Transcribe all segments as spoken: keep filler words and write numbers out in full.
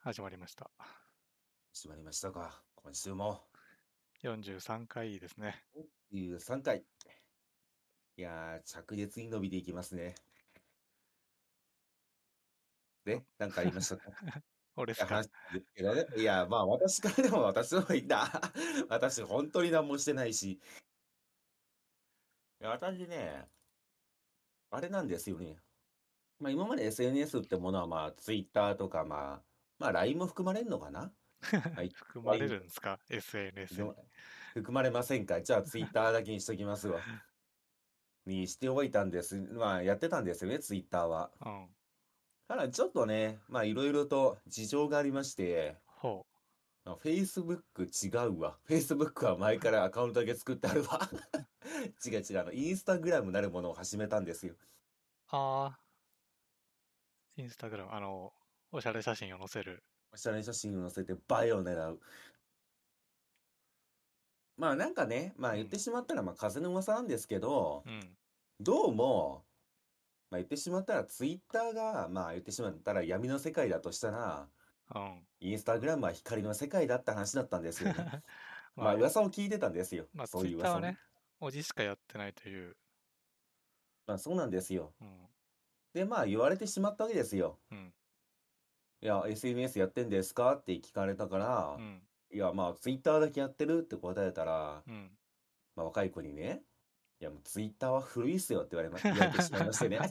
始まりました。 始まりましたか。今週もよんじゅうさんかいですね。 じゅうさんかい。いやー、着実に伸びていきますね。 おで、なんかありましたか？いや、 俺っすか？ 話ですけどね。いや、まあ、私からでも私の方がいいんだ。私、本当に何もしてないし。いや、私ね、あれなんですよね。まあ、今まで エスエヌエス ってものは、まあ、Twitter とか、まあ、まあ、ライン も含まれるのかな。まあ、 含まれラインるんですか？ エスエヌエス に。 含ま含まれませんか？じゃあ、Twitter だけにしときますわ。にしておいたんです。まあ、やってたんですよね、Twitter は。 うん。 ただちょっとね、まあいろいろと事情がありまして、 ほまあ Facebook 違うわ。Facebook は前からアカウントだけ作ってあるわ。違う違う、あの、インスタグラムなるものを始めたんですよ。 う。ああ、インスタグラム、あの、おしゃれ写真を載せる。 おしゃれ写真を載せて映えを狙う。まあなんかね、まあ言ってうん。 しまったらまあ風の噂なんですけど、 うん。 どうも、まあ言ってしまったら Twitter が、まあ言ってしまったら闇の世界だとしたら、 うん。 インスタグラムは光の世界だって話だったんですよね。まあまあ、 噂を聞いてたんですよ。 まあ、 そうツイッターはね、 いう噂をね。 おじしかやってないという。 まあそうなんですよ。 うん。 で、まあ言われてしまったわけですよ。 うん。 いや、エスエヌエス やってんですかって聞かれたから、 うん。 いや、まあ、ツイッターだけやってるって答えたら、 うん。 まあ、若い子にね、いや、もうツイッターは古いっすよって言われま、言われてしまいましてね。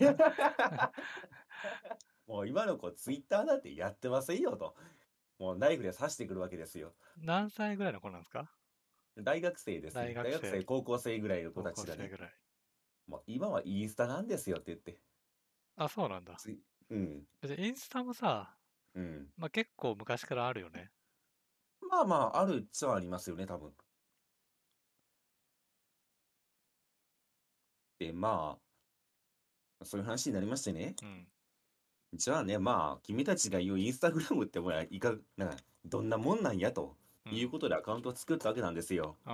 もう今の子、ツイッターなんてやってませんよと。もうナイフで刺してくるわけですよ。 何歳ぐらいの子なんですか？ 大学生ですね。大学生、 大学生、 高校生ぐらいの子高たちがね、 校生ぐらい。 もう今はインスタなんですよって言って。 あ、そうなんだ。 ツイうん、 別にインスタもさ、 うん。 まあ結構昔からあるよね。 まあまあ、あるっちゃありますよね、多分。で、まあ、そういう話になりましてね。 うん。 じゃあね、まあ、君たちが言うインスタグラムってものはいか、な、どんなもんなんやとうん。 いうことでアカウントを作ったわけなんですよ。 うん。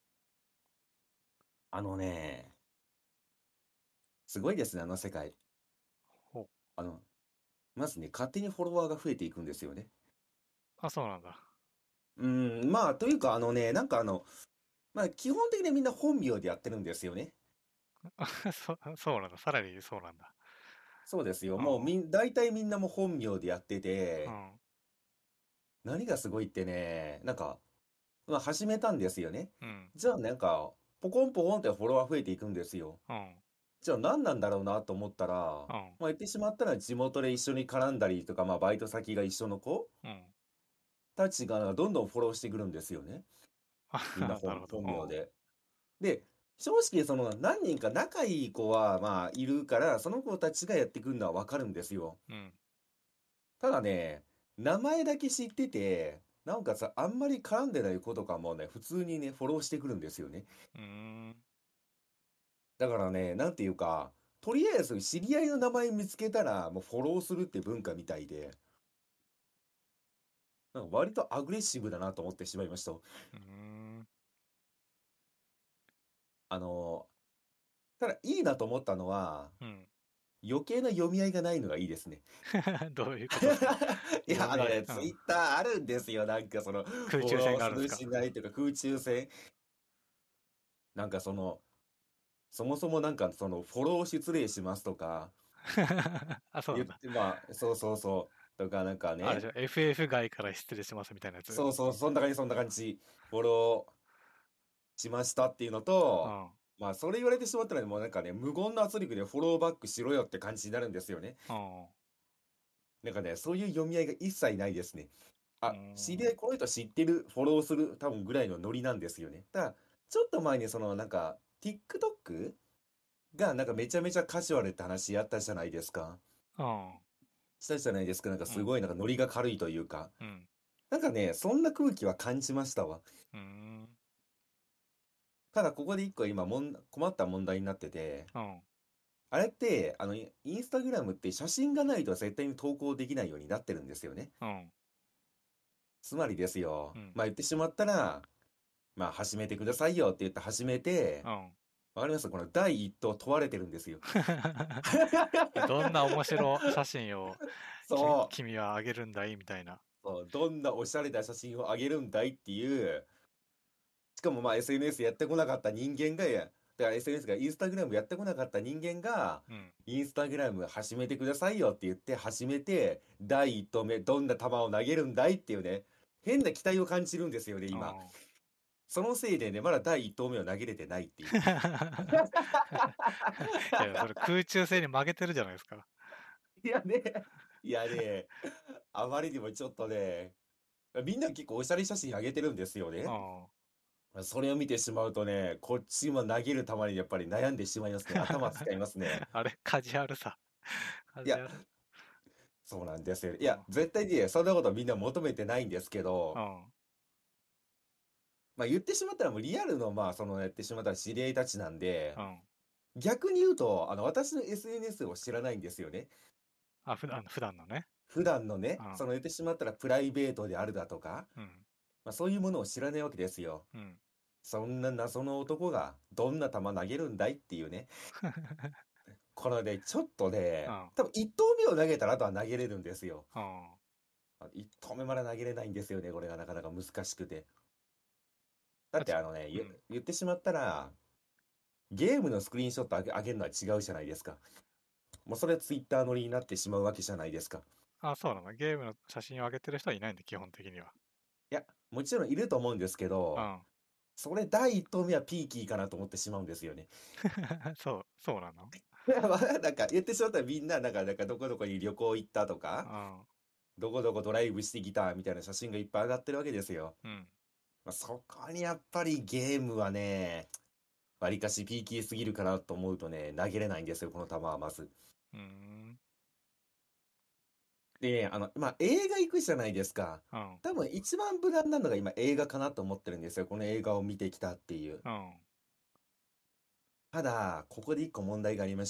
あのね、すごいですね、あの世界。 ほあの、まずね、勝手にフォロワーが増えていくんですよね。 あ、そうなんだ。 うーん、まあ、というか、あのね、なんかあの、まあ、基本的にみんな本名でやってるんですよね。 そ、そうなんだ。さらにそうなんだ。 そうですよ。 うん。 もうみん、大体みんなも本名でやってて、 うん。 何がすごいってね、なんか、まあ、始めたんですよね。 うん。 じゃあ、なんか、ポコンポコンってフォロワー増えていくんですよ。 うん。 じゃあ何なんだろうなと思ったら、 うん。 まあ、言ってしまったら地元で一緒に絡んだりとか、まあ、バイト先が一緒の子うん。 たちがどんどんフォローしてくるんですよね。 あ、 みんなな本、 るほど。 本名で。で、正直その何人か仲いい子はまあいるから、その子たちがやってくるのはわかるんですよ。 うん。うん。 ただね、名前だけ知ってて、なおかつあんまり絡んでない子とかもね、普通にね、フォローしてくるんですよね。 うーん。 だからね、なんていうか、とりあえず知り合いの名前見つけたら、もうフォローするって文化みたいで、なんか割とアグレッシブだなと思ってしまいました。 うーん。 あの、ただいいなと思ったのは、 うん。 余計な読み合いがないのがいいですね。 どういうことですか？ いや、あ読み合い。 のね、 うん。 ツイッターあるんですよ。なんかその、 空中戦フォローすがあるんですか？ るしないとか空中戦。なんかその、そもそもなんかその、フォロー失礼しますとか、 あ、そうなんだ。 言って、まあ、そうそうそう。とかなんかね、 あれでしょ？ エフエフ 外から失礼しますみたいなやつ。 そうそう、そんな感じ、そんな感じ。フォローしましたっていうのと、 うん。 まあ、それ言われてしまったらもうなんかね、無言の圧力でフォローバックしろよって感じになるんですよね。 うん。 なんかね、そういう読み合いが一切ないですね。 うーあ、知り合い、 ん。 この人知ってる、フォローする、多分ぐらいのノリなんですよね。ただ、ちょっと前にそのなんか、TikTok がなんかめちゃめちゃカジュアルって話あったじゃないですか。 うん。 したじゃないですか。なんかうん。 すごいなんかノリが軽いというか。 うん。 なんかね、そんな空気は感じましたわ。 うーん。 ただ、ここで一個今もん、困った問題になってて、 うん。 あれって、あの、イインスタグラムって写真がないと絶対に投稿できないようになってるんですよね。 うん。 つまりですよ。 うん。 まあ言ってしまったら、まあ始めてくださいよって言って始めて、 うん。 わかりますこの第一党問われてるんですよ。 どんな面白写真をきそう、 君はあげるんだいみたいな。 そうどんなおしゃれな写真をあげるんだいっていう、しかもまあ エスエヌエス やってこなかった人間が、だから エスエヌエス がインスタグラムやってこなかった人間が、 うん。 インスタグラム始めてくださいよって言って始めて、第一投目、どんな球を投げるんだいっていうね、変な期待を感じるんですよね、今。 あそのせいでね、まだ第一投目を投げれてないっていう。 ーいや、それ空中戦に負けてるじゃないですか。 いやね、いやね、あまりにもちょっとね、みんな結構おしゃれ写真上げてるんですよね。 あそれを見てしまうとね、こっちも投げる球にやっぱり悩んでしまいますね。頭使いますね。 あれ、カジュアルさ。カいや、 ジュアル。 そうなんですよ。いや、 うん。 絶対にね、そんなことみんな求めてないんですけど、 うん。 まあ言ってしまったらもうリアルの、まあそのやってしまったら知り合いたちなんで、 うん。 逆に言うと、あの、私の エスエヌエス を知らないんですよね。 あ、普段、普段のね。 普段のね、 うん。 その言ってしまったらプライベートであるだとか、 うん。 まあそういうものを知らないわけですよ。 うん。 そんな謎の男がどんな球投げるんだいっていうね。これね、ちょっとね、 うん。 多分いち投目を投げたらあとは投げれるんですよ。 うん。 いち投目まで投げれないんですよね、これがなかなか難しくて。だっあちてあのね、言うん。 言ってしまったら、ゲームのスクリーンショット上げ、上げるのは違うじゃないですか。もうそれはツイッター乗りになってしまうわけじゃないですか。 あ、そうなの。ゲームの写真を上げてる人はいないんで、基本的には。 いや、もちろんいると思うんですけど、 うん。 それ第一投目はピーキーかなと思ってしまうんですよね。 そう、そうなの。 まあなんか言ってしまったらみんな、なんか、なんかどこどこに旅行行ったとか、 うん。 どこどこドライブしてきたみたいな写真がいっぱい上がってるわけですよ。 うん。 まあ、そこにやっぱりゲームはね、わりかしピーキーすぎるかなと思うとね、投げれないんですよ、この球はまず。 うーん。 でね、あの、まあ、映画行くじゃないですか。 うん。 多分一番無難なのが今映画かなと思ってるんですよ。この映画を見てきたっていう。 うん。 ただ、ここで一個問題がありまして、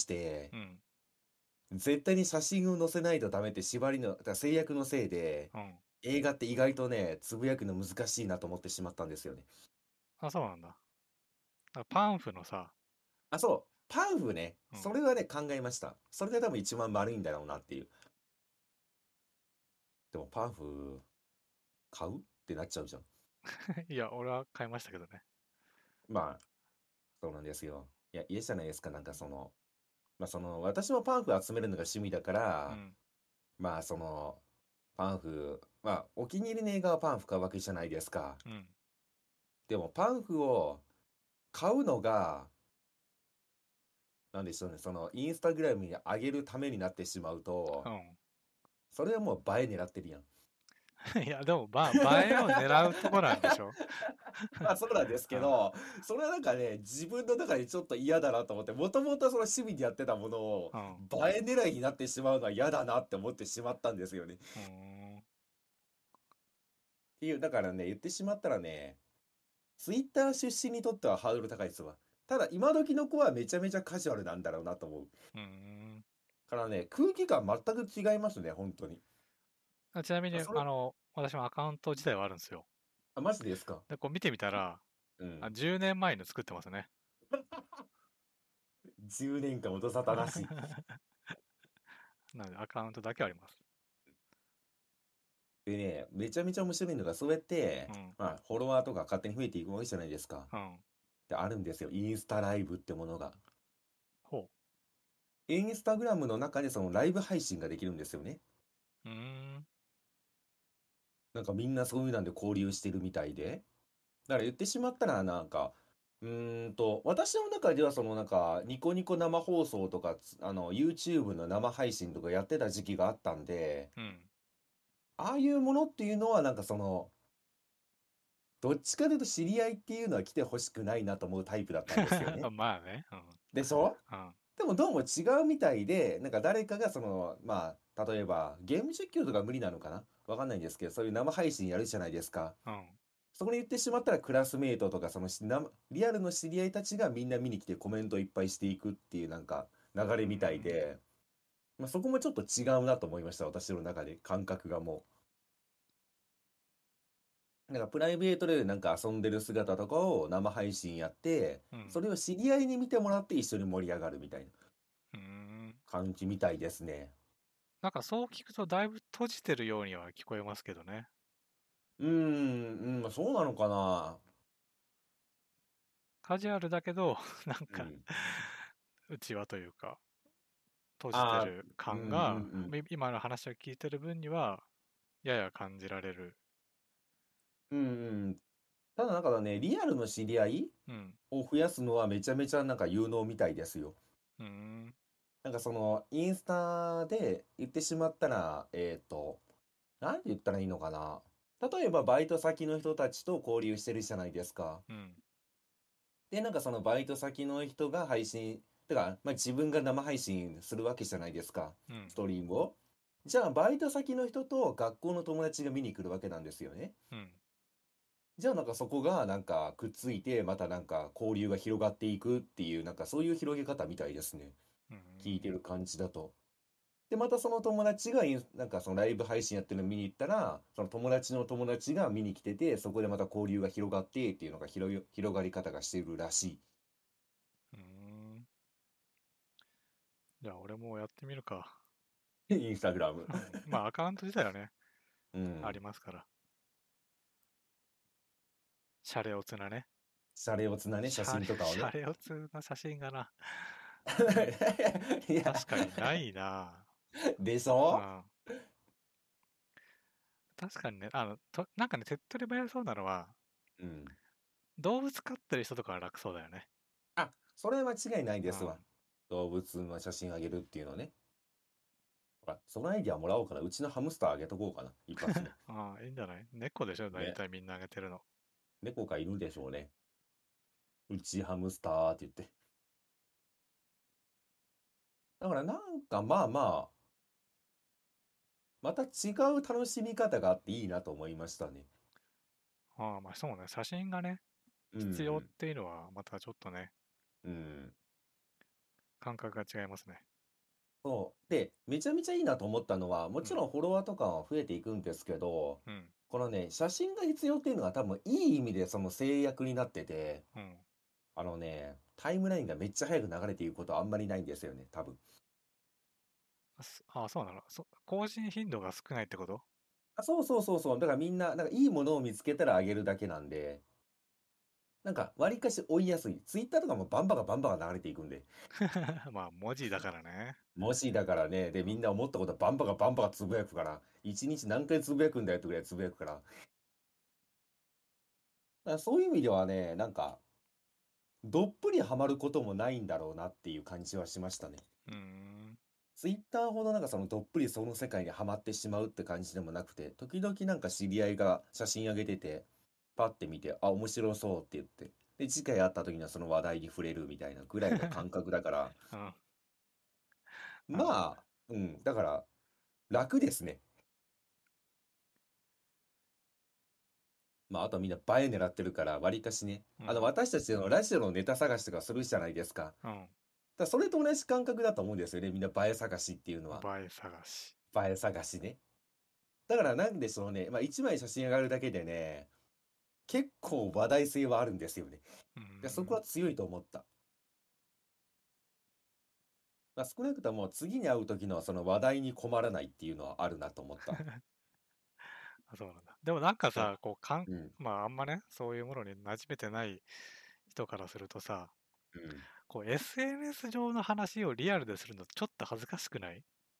うん。 絶対に写真を載せないとダメって縛りの、だから制約のせいで、 うん。 映画って意外とね、つぶやくの難しいなと思ってしまったんですよね。 あ、そうなんだ。だからパンフのさ、 あ、そう。パンフね。 うん。 それはね、考えました。それが多分一番悪いんだろうなっていう。でもパンフ買うってなっちゃうじゃん。 いや、俺は買いましたけどね。 まあ、そうなんですよ。いや、いいじゃないですか。なんかその、まあその、私もパンフ集めるのが趣味だから、 うん。 まあその、パンフ、まあお気に入りの映画はパンフ買うわけじゃないですか。 うん。 でもパンフを買うのが、なんでしょうね、そのインスタグラムに上げるためになってしまうと、 うそれはもう映え狙ってるやん。 ん。いや、でも、まあ、映えを狙うとこなんでしょ。 まあそうなんですうん。 けど、それはなんかね、自分の中でちょっと嫌だなと思って、もともとその趣味でやってたものを、 うん。 映え狙いになってしまうのは嫌だなって思ってしまったんですよね。っうーん。 ていう、だからね、言ってしまったらね、ツイッター出身にとってはハードル高いですわ。ただ、今時の子はめちゃめちゃカジュアルなんだろうなと思う。 うーん。 からね、空気感全く違いますね、本当に。 あちなみに、 あ、それ、 あの、私もアカウント自体はあるんですよ。 あ、マジですか。 で、こう見てみたら、あ、 うん。 じゅうねんまえに作ってますね。 じゅうねんかん音沙汰なし。 なので、アカウントだけあります。 でね、めちゃめちゃ面白いのが、そうやって、 うん。 まあ、フォロワーとか勝手に増えていくわけじゃないですか。 うん。 で、あるんですよ。インスタライブってものが。 ほインスタグラムの中でそのライブ配信ができるんですよね。 う。うーん。 なんかみんなそういうなんで交流してるみたいで。だから言ってしまったらなんか、うーんと、私の中ではそのなんか、ニコニコ生放送とか、つあの、YouTube の生配信とかやってた時期があったんで、 うん。 ああいうものっていうのはなんかその、どっちかというと知り合いっていうのは来てほしくないなと思うタイプだったんですよね。 まあね。うん。 でしょ？ うん。 でもどうも違うみたいで、なんか誰かがその、まあ、例えばゲーム実況とか無理なのかなわかんないんですけど、そういう生配信やるじゃないですか。 うん。 そこに言ってしまったらクラスメイトとか、そのし生リアルの知り合いたちがみんな見に来てコメントをいっぱいしていくっていうなんか流うーれみたいん。 で、まあ、そこもちょっと違うなと思いました、私の中で、感覚がもう。なんかプライベートでなんか遊んでる姿とかを生配信やって、 うん。 それを知り合いに見てもらって一緒に盛り上がるみたいなうーん。 感じみたいですね。 なんかそう聞くとだいぶ閉じてるようには聞こえますけどね。 うーん、うん、そうなのかな。 カジュアルだけど、なんか、 うん。 うちわというか、閉じてああ、 るうんうん感が、 うん。 み今の話を聞いてる分には、やや感じられる。 うんうん。ただなんかね、リアルの知り合いうん。 を増やすのはめちゃめちゃなんか有能みたいですよ。 うーん。 なんかその、インスタで言ってしまったら、えっと、なんて言ったらいいのかな。例えばバイト先の人たちと交流してるじゃないですか。 うん。 で、なんかそのバイト先の人が配信、てか、まあ、自分が生配信するわけじゃないですか。 うん。 ストリームを。じゃあ、バイト先の人と学校の友達が見に来るわけなんですよね。 うん。 じゃあ、なんかそこがなんかくっついて、またなんか交流が広がっていくっていう、なんかそういう広げ方みたいですね。 うー聞いてん。 る感じだと。で、またその友達がインなんかそのライブ配信やってるの見に行ったら、その友達の友達が見に来てて、そこでまた交流が広がってっていうのが広い広がり方がしているらしうーん。じゃあ俺もやってみるか。 い。インスタグラム。 まあアカウント自体はね、 うん。 ありますから。シャレオツなね。 シャレオツなね、写シャレ、 真とかをね。 シャレオツな写真がな。 いや、 確かにないな。 でしょ。 うん。確かにね、あの、と、なんかね、手っ取り早そうなのは、 うん。 動物飼ってる人とかは楽そうだよね。 あ、それは間違いないうん。 ですわ。動物の写真あげるっていうのね。ほら、そのアイディアもらおうかな。うちのハムスターあげとこうかな。一発目。 ああ、いいんじゃない？猫でしょ、大ね。 体みんなあげてるの。 猫がいるでしょうね。うちハムスターって言って。だからなんかまあまあ、また違う楽しみ方があっていいなと思いましたね。 ああ、まあそうね、写真がね、 う必要っん。 ていうのは、またちょっとね、 うん。 感覚が違いますね。 そう。で、めちゃめちゃいいなと思ったのは、もうん、 ちろんフォロワーとかは増えていくんですけど、 うん、 このね、写真が必要っていうのは多分いい意味でその制約になってて、 うん。 あのね、タイムラインがめっちゃ早く流れていくことはあんまりないんですよね、多分。 あ、そあそうなの。そ、更新頻度が少ないってこと？ あ、そうそうそうそう。だからみんな、なんかいいものを見つけたらあげるだけなんで、なんか割かし追いやすい。ツイッターとかもバンバカバンバカ流れていくんで。 まあ文字だからね。 もしだからね、で、みんな思ったことバンバカバンバカつぶやくから、一日何回つぶやくんだよってぐらいつぶやくから。だからそういう意味ではね、なんか、どっぷりハマることもないんだろうなっていう感じはしましたね。 うーん、 ツイッターほどなんかそのどっぷりその世界にはまってしまうって感じでもなくて、時々なんか知り合いが写真上げてて、パッて見て、あ、面白そうって言って、で、次回会った時にはその話題に触れるみたいなぐらいの感覚だから、 うん、なるほどね。 まあ、うん、だから楽ですね。まあ、あとはみんな映え狙ってるから、わりかしね、あの、 うん、 私たちのラジオのネタ探しとかするじゃないですか。だかうん。 らそれと同じ感覚だと思うんですよね、みんな映え探しっていうのは。 映え探し。 映え探しね。だからなんでしょうね、まあ、一枚写真上がるだけでね、結構話題性はあるんですよね。 うーでそこん。 は強いと思った。まあ、少なくとも次に会う時のその話題に困らないっていうのはあるなと思った。 あ、そうなんだ。でもなんかそさ、こう、かん、 う。うん。 まああんまね、そういうものに馴染めてない人からするとさ、 うん。 こう エスエヌエス 上の話をリアルでするのちょっと恥ずかしくない？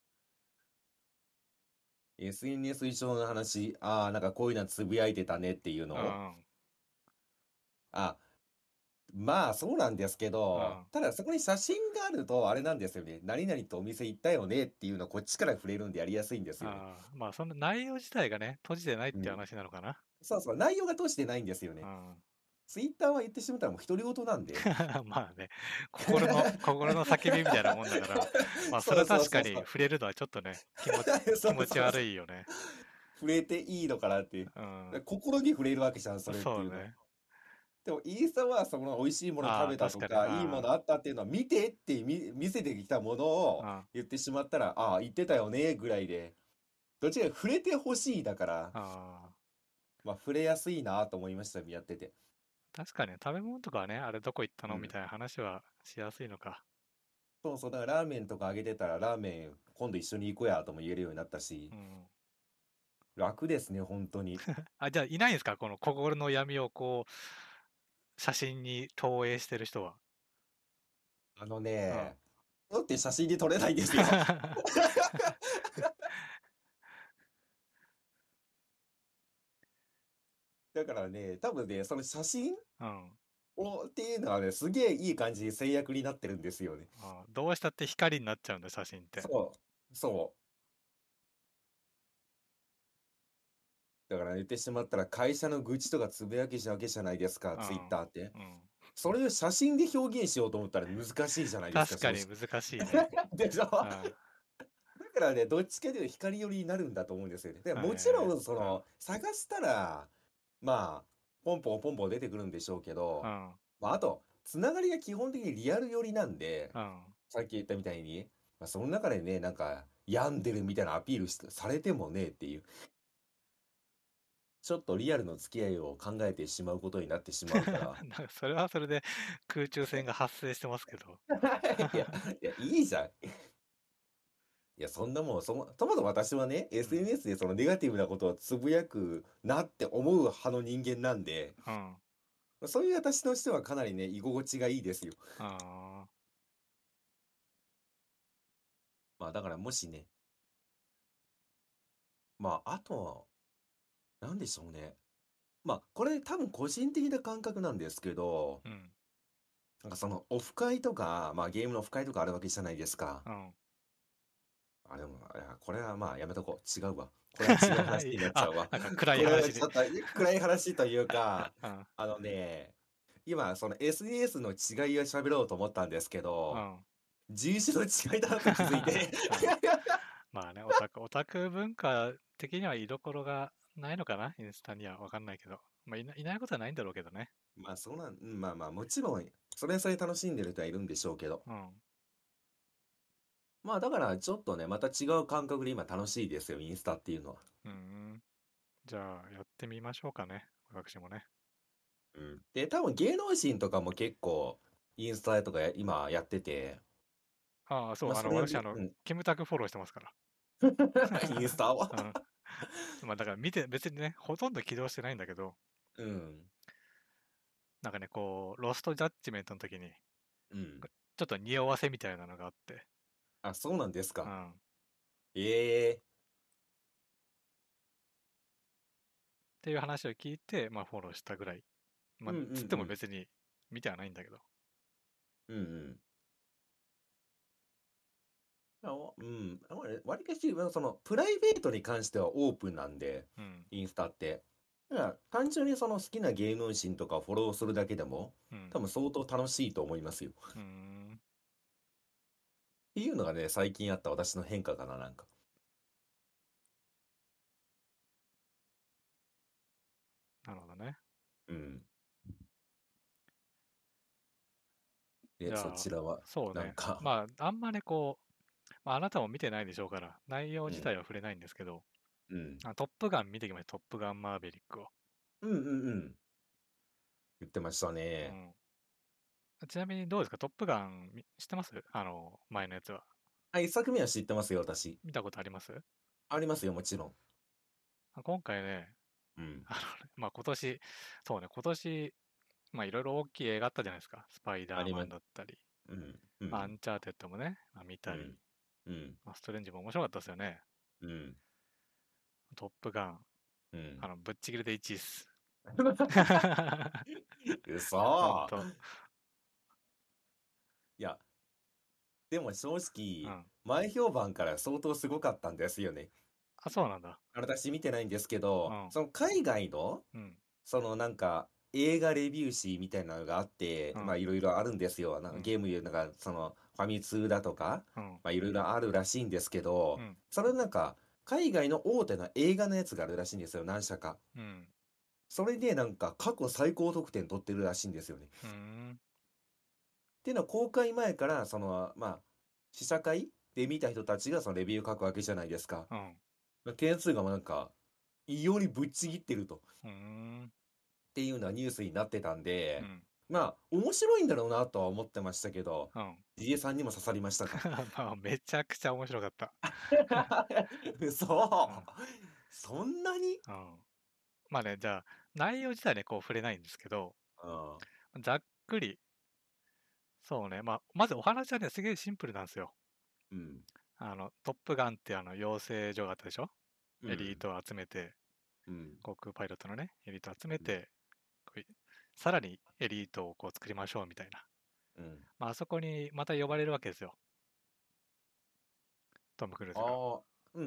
エスエヌエス 上の話、ああ、なんかこういうのつぶやいてたねっていうのを、 うん、 あ、まあそうなんですけど、 うん。 ただそこに写真があるとあれなんですよね。何々とお店行ったよねっていうのをこっちから触れるんでやりやすいんですよね。 ああ、まあその内容自体がね、閉じてないっうん。 て話なのかな。 そうそう、内容が通してないんですよね。 うん。 ツイッターは言ってしまったらもう独り言なんで。 まあね、心の、心の叫びみたいなもんだから、まあそそうそうれ確かそうそう。 に触れるのはちょっとね、気持ち、 そう気持ちそうそう。 悪いよね。 触れていいのかなっていう。 うん。 だから心に触れるわけじゃん、それっていうのは。 そうね。 でも、インスタはその美味しいもの食ああ、 べた確かに。 とか、いいもあのあったっていうのは見てって見、見せてきたものをあ、 言ってしまったら、ああ、言ってたよね、ぐらいで、どっちか触れてほしいだから、 ああ。 まあ、触れやすいなと思いました、やってて。 確かに食べ物とかはね、あれどこ行ったうん。 のみたいな話はしやすいのか。 そうそう、だからラーメンとかあげてたら、ラーメン今度一緒に行こうやとも言えるようになったし、 うん。 楽ですね、本当に。 あ、じゃあいないんですかこの心の闇をこう、写真に投影してる人は。 あのうん。 ね、だって写真に撮れないんですよ。だからね、多分ね、その写真うん。 をっていうのはね、すげえいい感じに制約になってるんですよね。 あ、どうしたって光になっちゃうんだ、写真って。 そう、そう。だから言ってしまったら会社の愚痴とかつぶやきしわけじゃないですか、ツイッうん。 ターって。 うん。 それを写真で表現しようと思ったら難しいじゃないですか、 確か正直。 に難しいね。 でしょ？ うん。はだからね、どっちかというと光寄りになるんだと思うんですよね。でい。 もちろん、そうん。 の、探したら、まあ、ポンポンポンポン出てくるんでしょうけど、 うん。 まあ、あと、つながりが基本的にリアル寄りなんで、 うん。 さっき言ったみたいに、まあ、その中でね、なんか、病んでるみたいなアピールしされてもねっていう、ちょっとリアルの付き合いを考えてしまうことになってしまうから。 なんかそれはそれで空中戦が発生してますけど。 いや、いや、いいじゃん。いや、そんなもん、そも、そもそも私はね、 うん。 エスエヌエス でそのネガティブなことをつぶやくなって思う派の人間なんで、 うん。 そういう私としてはかなりね、居心地がいいですよ。 あまあだからもしね、まああとは、なんでしょうね。まあこれ多分個人的な感覚なんですけど、 あ。うん。 なんかそのオフ会とか、まあゲームのオフ会とかあるわけじゃないですか。 うん。 あ、でも、いやこれはまあやめとこう。違うわ。これは違う話になっちあ、 ゃうわ。 なんか暗いこれは話に。 ちょっと暗い話というか、 うん。 あのね、今その エスエヌエス の違いを喋ろうと思ったんですけど、 うん。 人種の違いだなと気づいて。 うん。まあね、オタク、オタク文化的には居所がないのかなインスタにはわかんないけど。まあいな、いないことはないんだろうけどね。 まあそうなん、うんまあまあもちろん、それはそれで楽しんでる人はいるんでしょうけど。 うん。 まあだからちょっとね、また違う感覚で今楽しいですよ、インスタっていうのは。 うん。じゃあ、やってみましょうかね。私もね。 うん。で、多分芸能人とかも結構、インスタとかや今やってて、 ああ、そう、あの、 まあそれを見、 私、あの、 うん。 キムタクフォローしてますかインスタをら。うん。まあ、だから見て、別にね、ほとんど起動してないんだけど、 うん。 なんかね、こう、ロストジャッジメントの時に、 うん。 ちょっと匂わせみたいなのがあって、 あ、そうなんですか。 うん。っええていう話を聞いて、まあ、フォローしたぐらい。まあ、 うんうんつってうん。 も別に見てはないんだけど。 うんうん。あ、おうん。あわりわりかし、まあその、プライベートに関してはオープンなんで、 うん。 インスタって。だから単純にその好きな芸能人とかをフォローするだけでも、 うん。 多分相当楽しいと思いますよ。っうーん。 ていうのがね、最近あった私の変化かな、なんか。 なるほどね。 うん。で、そじゃあ、 ちらは、 そうね。 なんか、 まあ、あんまりこう、まあ、あなたも見てないでしょうから、内容うん、 自体は触れないんですけど、 うん。 あ、トップガン見てきました、トップガンマーヴェリックを。 うんうんうん。言ってましたね。 うん。ちなみにどうですか、トップガンみ知ってますあの、前のやつは。 あ、一作目は知ってますよ、私。 見たことあります？ ありますよ、もちろん。 あ今回ね、 うん。 あのね、まあ今年、そうね、今年、まあいろいろ大きい映画あったじゃないですか。スパイダーマありま、 ンだったり、 うん、うまあアん、 ンチャーテッドもね、まあ、見たり、 うん、うん、 まあ、ストレンジも面白かったですよね。 うん、 トップガン、 うん。 あの、ぶっちぎりでいちいっす。ほん嘘。 と。 いや、でも正直、 うん。 前評判から相当すごかったんですよね。 あ、そうなんだ。 私見てないんですけど、 うん。 その海外の、 うん。 そのなんか、映画レビュー誌みたいなのがあって、まあうん。 いろいろあるんですよ。なんうん。 かゲームいうなんか、そのファミ通だとか、 うん。 まあいろいろあるらしいんですけど、 うん。 それなんか、海外の大手の映画のやつがあるらしいんですよ、何社か。 うん。 それでなんか過去最高得点取ってるらしいんですよね。 うん。 っていうのは公開前から、その、まあ、試写会で見た人たちがそのレビュー書くわけじゃないですか。 うん。 点数がなんか、異様にぶっちぎってると。っうん。 ていうのはニュースになってたんで、 うん。 まあ、面白いんだろうなとは思ってましたけど、 うん。 ジエさんにも刺さりましたか？ まあ、めちゃくちゃ面白かった。 嘘。 うん。 そんなに？ うん。まあね、じゃあ、内容自体ね、こう触れないんですけど、 うん。 ざっくり、そうね、まあ、まずお話はね、すげえシンプルなんですよ。 うん。 あの、トップガンってあの、養成所があったでしょ？ うん。 エリートを集めて、 うん。 航空パイロットのね、エリートを集めて、こういさらにエリートをこう作りましょうみたいな。 うん。 まあ、あそこにまた呼ばれるわけですよ。トム・クルーズが。 ああ、うん。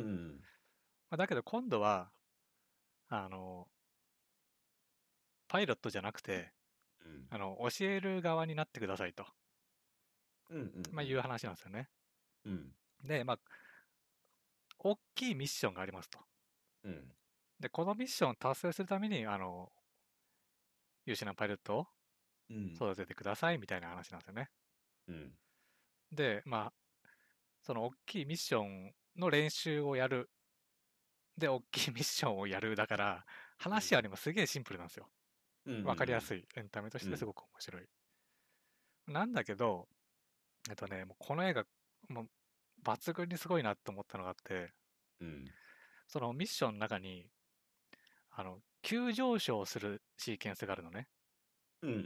まあ、だけど今度は、あの、パイロットじゃなくて、 うん。 あの、教える側になってくださいと、 うん。うん。 まあ、いう話なんですよね。 うん。 で、まあ、大きいミッションがありますと。 うん。 で、このミッションを達成するために、あの、優秀なパイロットをうん。 育ててくださいみたいな話なんですよね。 うん。 で、まあ、その大きいミッションの練習をやる。で、大きいミッションをやる。だから、 うん。 話は今すげえシンプルなんですよ。 うん。うわかりやん。 すいエンタメとしうん。 てすごく面白い。なんだけど、えっとね、もうこの映画、もう抜群にすごいなと思ったのがあって、 うん。 そのミッションの中に、あの、急上昇するシーケンスがあるのね。 うん。うん。うん。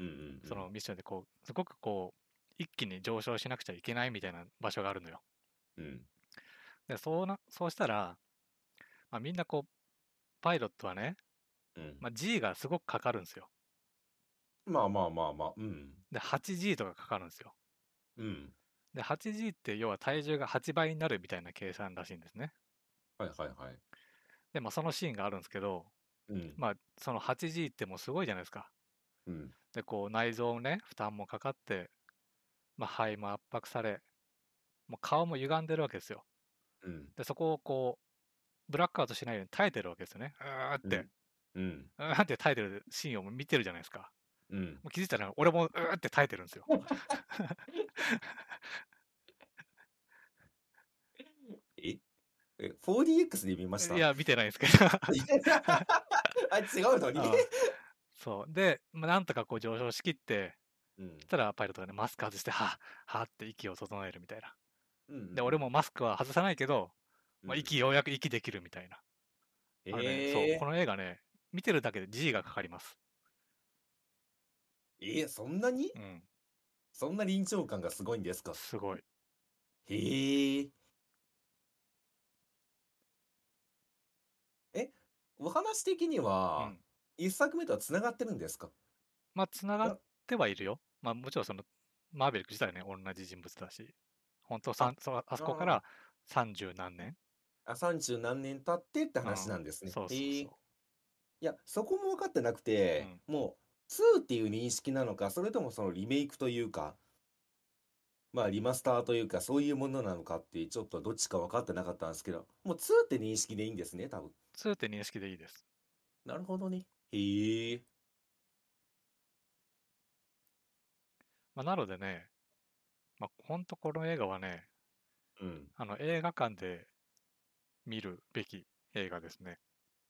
そのミッションでこう、すごくこう、一気に上昇しなくちゃいけないみたいな場所があるのよ。 うん。 で、そうな、そうしたら、まあ、みんなこう、パイロットはね、 うん。 まあ、G がすごくかかるんですよ。 まあまあまあまあ。うん。 で、はちジー とかかかるんですよ。 うん。 で、はちジー って要は体重がはちばいになるみたいな計算らしいんですね。 はいはいはい。 で、まあ、そのシーンがあるんですけど、 うん。 まあ、その はちジー ってもうすごいじゃないですか。 うん。 で、こう、内臓のね、負担もかかって、まあ、肺も圧迫され、もう顔も歪んでるわけですよ。 うん。 で、そこをこう、ブラックアウトしないように耐えてるわけですよね。うーって、 うん。うん。 うーって耐えてるシーンを見てるじゃないですか。 うん。 もう気づいたら、俺もうーって耐えてるんですよ。 ええ、フォーディーエックス で見ました？ いや、見てないんですけどあ、違うのに。 あそう。で、まあ、なんとかこう上昇しきって、 うん。 そしたらパイロットがね、マスク外して、はぁ、はぁって息を整えるみたいな。 うんうんうで、俺もん。 マスクは外さないけど、まあ、 うん。 息ようやく息できるみたいな。あのね、そう、こええの映画ね、見てるだけで G がかかります。 ええ、そんなに？ うん。 そんな臨場感がすごいんですか？ すごい。 へえ。え、お話的には、 うん。 一作目とは繋がってるんですか？ まあ、繋がっなてはいるよ。まあ、もちろんその、マーベリック自体はね、同じ人物だし、本当さあ、 んそうあそこかあら三十何年。 あ、あ、さんじゅう何年経ってってうん。 話なんですね。 そうそうへえ。いそや、そこも分かってなくう。うて、 ん。 もう、ツーっていう認識なのか、それともそのリメイクというか、まあリマスターというか、そういうものなのかって、ちょっとどっちか分かってなかったんですけど、もうツーって認識でいいんですね、多分。 ツーって認識でいいです。 なるほどね。へえ。 まあ、なのでね、まあ、本当この映画はね、 うん。 あの、映画館で見るべき映画ですね。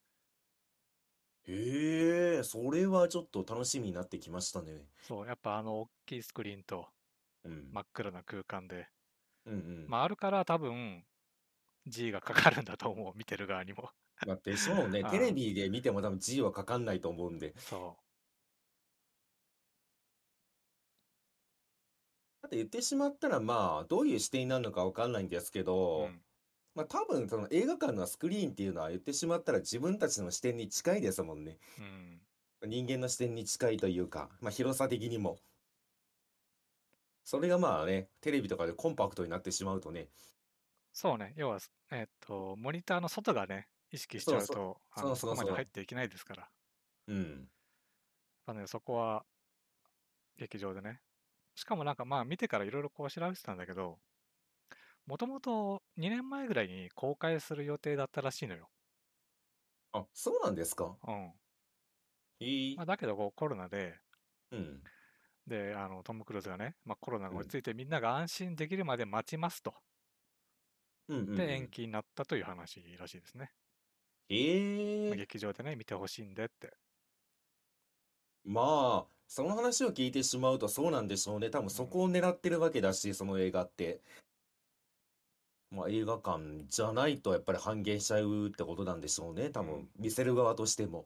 へえ、それはちょっと楽しみになってきましたね。 そう、やっぱあの大きいスクリーンとうん。 真っ暗な空間で、 うんうん。 まああるから多分 G がかかるんだと思う、見てる側にも。 まあ、でしょうね。テレああ、 ビで見ても多分 G はかかんないと思うんで。 そだって言ってしまったら、まあ、どういう視点になるのかわかんないんですけう。うど、 ん、 まあ多分その映画館のスクリーンっていうのは言ってしまったら自分たちの視点に近いですもんね。 うん。 人間の視点に近いというか、まあ広さ的にも。それがまあね、テレビとかでコンパクトになってしまうとね。 そうね、要は、えっと、モニターの外がね、意識しちそうそう。 ゃうと、あそうの、そこまで入っそうそていけないですから。 う。うん。 まあね、そこは劇場でね。しかもなんかまあ見てからいろいろこう調べてたんだけど、もともとにねんまえぐらいに公開する予定だったらしいのよ。 あ、そうなんですか？ うん。 へえ。 まあ、だけどこうコロナで、 うん。 で、あの、トム・クルーズがね、まあ、コロナがうん。 落ち着いてみんなが安心できるまで待ちますと。 うんうんうで、延ん。 期になったという話らしいですね。まあ、 へえ。 劇場でね、見てほしいんでって。 まあ、その話を聞いてしまうとそうなんでしょうね。多分うん。 そこを狙ってるわけだし、その映画って。まあ映画館じゃないとやっぱり半減しちゃうってことなんでしょうね。多分、 うん。 見せる側としても。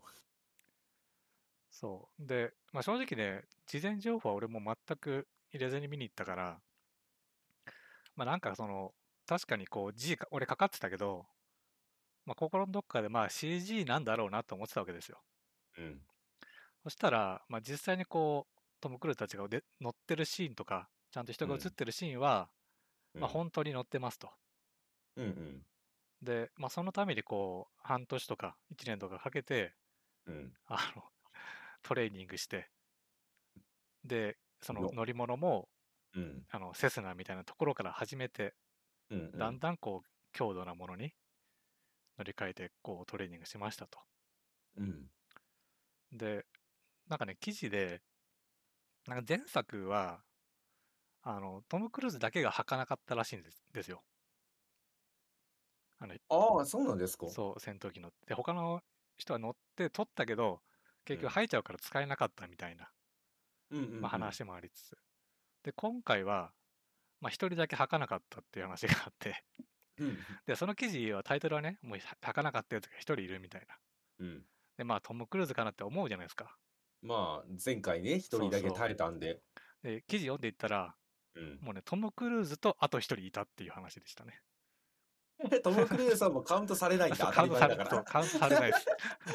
そう。で、まあ、正直ね、事前情報は俺も全く入れずに見に行ったから、まあ、なんかその、確かにこう G か、俺かかってたけど、まあ、心のどっかでまあ シージー なんだろうなと思ってたわけですよ。 うん。 そしたら、まあ、実際にこう、トム・クルーズたちがで乗ってるシーンとか、ちゃんと人うん。 が映ってるシーンは、まあ、 うん。 本当に乗ってますと。 うん。うん。 で、まあ、そのためにこう、半年とかいちねんとかかけて、 うん。 あの、トレーニングして、で、そのよ。 乗り物も、 うん。 あの、セスナみたいなところから始めて、 うん。うだんん。 だんこう、強度なものに乗り換えて、こう、トレーニングしましたと。 うん。 で、なんかね、記事で、なんか前作は、あの、トム・クルーズだけが履かなかったらしいんですですよ。あの、 ああ、そうなんですか。 そう、戦闘機乗って。他の人は乗って撮ったけど、結局うん。 吐いちゃうから使えなかったみたいな、 うん。うん。 まあ、 うん。 話もありつつ。で、今回は、まあ、一人だけ吐かなかったっていう話があって、 うん。 で、その記事はタイトルはね、もう吐かなかったやつが一人いるみたいな。 うん。 で、まあ、トム・クルーズかなって思うじゃないですか。 まあ、前回ね、一人だけそうそ耐えたんで。 う。で、記事読んでいったら、 うん。 もうね、トム・クルーズとあと一人いたっていう話でしたね。 トム・クルーズさんもカウントされないんだ。 そう、 当たりカウントされ、そう、 前だから。 カウントされないです。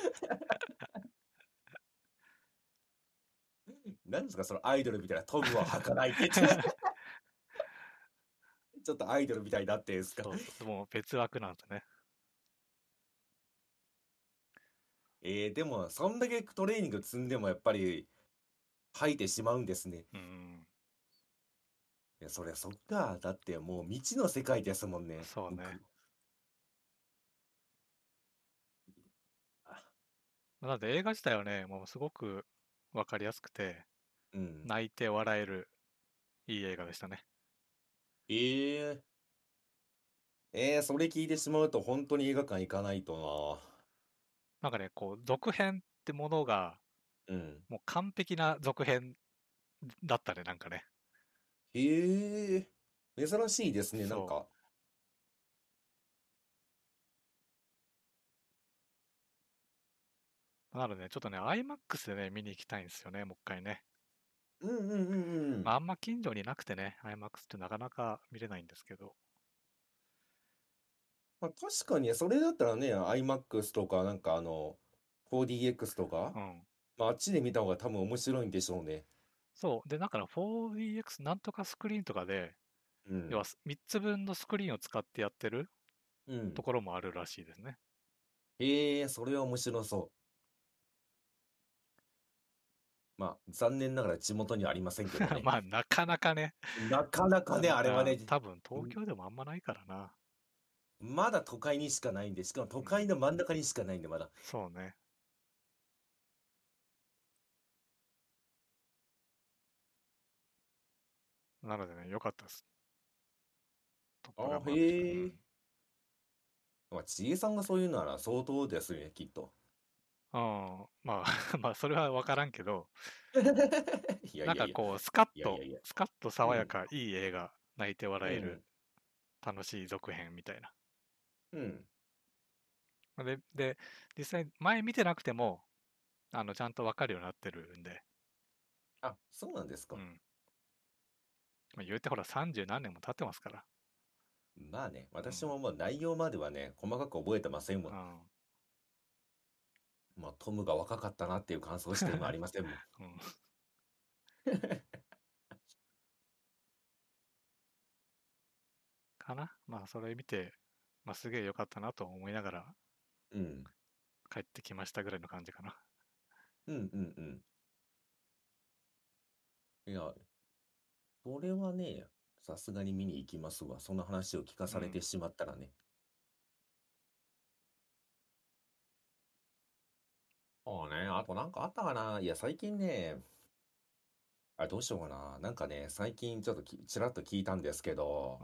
何ですか、そのアイドルみたいなトムは履かないって言って。ちょっとアイドルみたいになってんすか。 そうそう、もう別枠なんですね。 えー、でも、そんだけトレーニング積んでもやっぱり吐いてしまうんですね。 うん。 いや、そりゃそっか。だってもう未知の世界ですもんね。 そうね。 僕。あ、 なので映画自体はね、もうすごくわかりやすくて、 うん。 泣いて笑えるいい映画でしたね。 えー、えー、それ聞いてしまうと本当に映画館行かないとなんかね、こう、続編ってものが、 な。うん。 もう完璧な続編だったね、なんかね。 ええー、珍しいですね。なんそか、 う。なのでね、ちょっとね、アイマックス でね、見に行きたいんですよね、もう一回ね。 うんうんうんうんうん。 まあ、あんま近所になくてね、アイマックス ってなかなか見れないんですけど。 まあ、確かにそれだったらね、アイマックス とか、なんかあの、フォーディーエックス とか、 うん。 まあ、あっちで見た方が多分面白いんでしょうね。 そう。で、だから フォーディーエックス なんとかスクリーンとかで、 うん。 要はみっつぶんのスクリーンを使ってやってるうん。 ところもあるらしいですね。 ええー、それは面白そう。まあ、残念ながら地元にはありませんけどね。 まあ、なかなかね、 なかなかね、 うんあれはね、 多分東ん京でもあんまないからな。 まだ都会にしかないんで、しかも都うん。 会の真ん中にしかないんで、まだ。 そうね。なのでね、良かったです。トップガあ、 ンマーヴェリック。うへえ。 ん。 まあ、ちえさんがそういうなら相当ですね、きっと。 うん、まあまあ、それは分からんけど、 いやいやいや、 なんかこう、スカッと、 いやいやいや。 スカッとうん、 爽やか、いい映画、泣いて笑える、 うん、 楽しい続編みたいな。 うん。 で、で、実際、前見てなくても、あの、ちゃんと分かるようになってるんで、 あ、そうなんですか。 うん。まあ、言うてほら、さんじゅう何年も経ってますから。 まあね、 うん。 私ももう内容まではね、細かく覚えてませんもん。 うん。 まあ、トムが若かったなっていう感想しか今ありませんもん。 うん。かな。まあ、それ見て、まあ、すげえ良かったなと思いながらうん、 帰ってきましたぐらいの感じかな。 うん、うん、うん。いや、それはね、さすがに見に行きますわ。その話を聞かうん。 されてしまったらね。そうね、あとなんかあったかな。いや、最近ね、あ、どうしようかな。なんかね、最近ちょっときちらっと聞いたんですけど、 うん。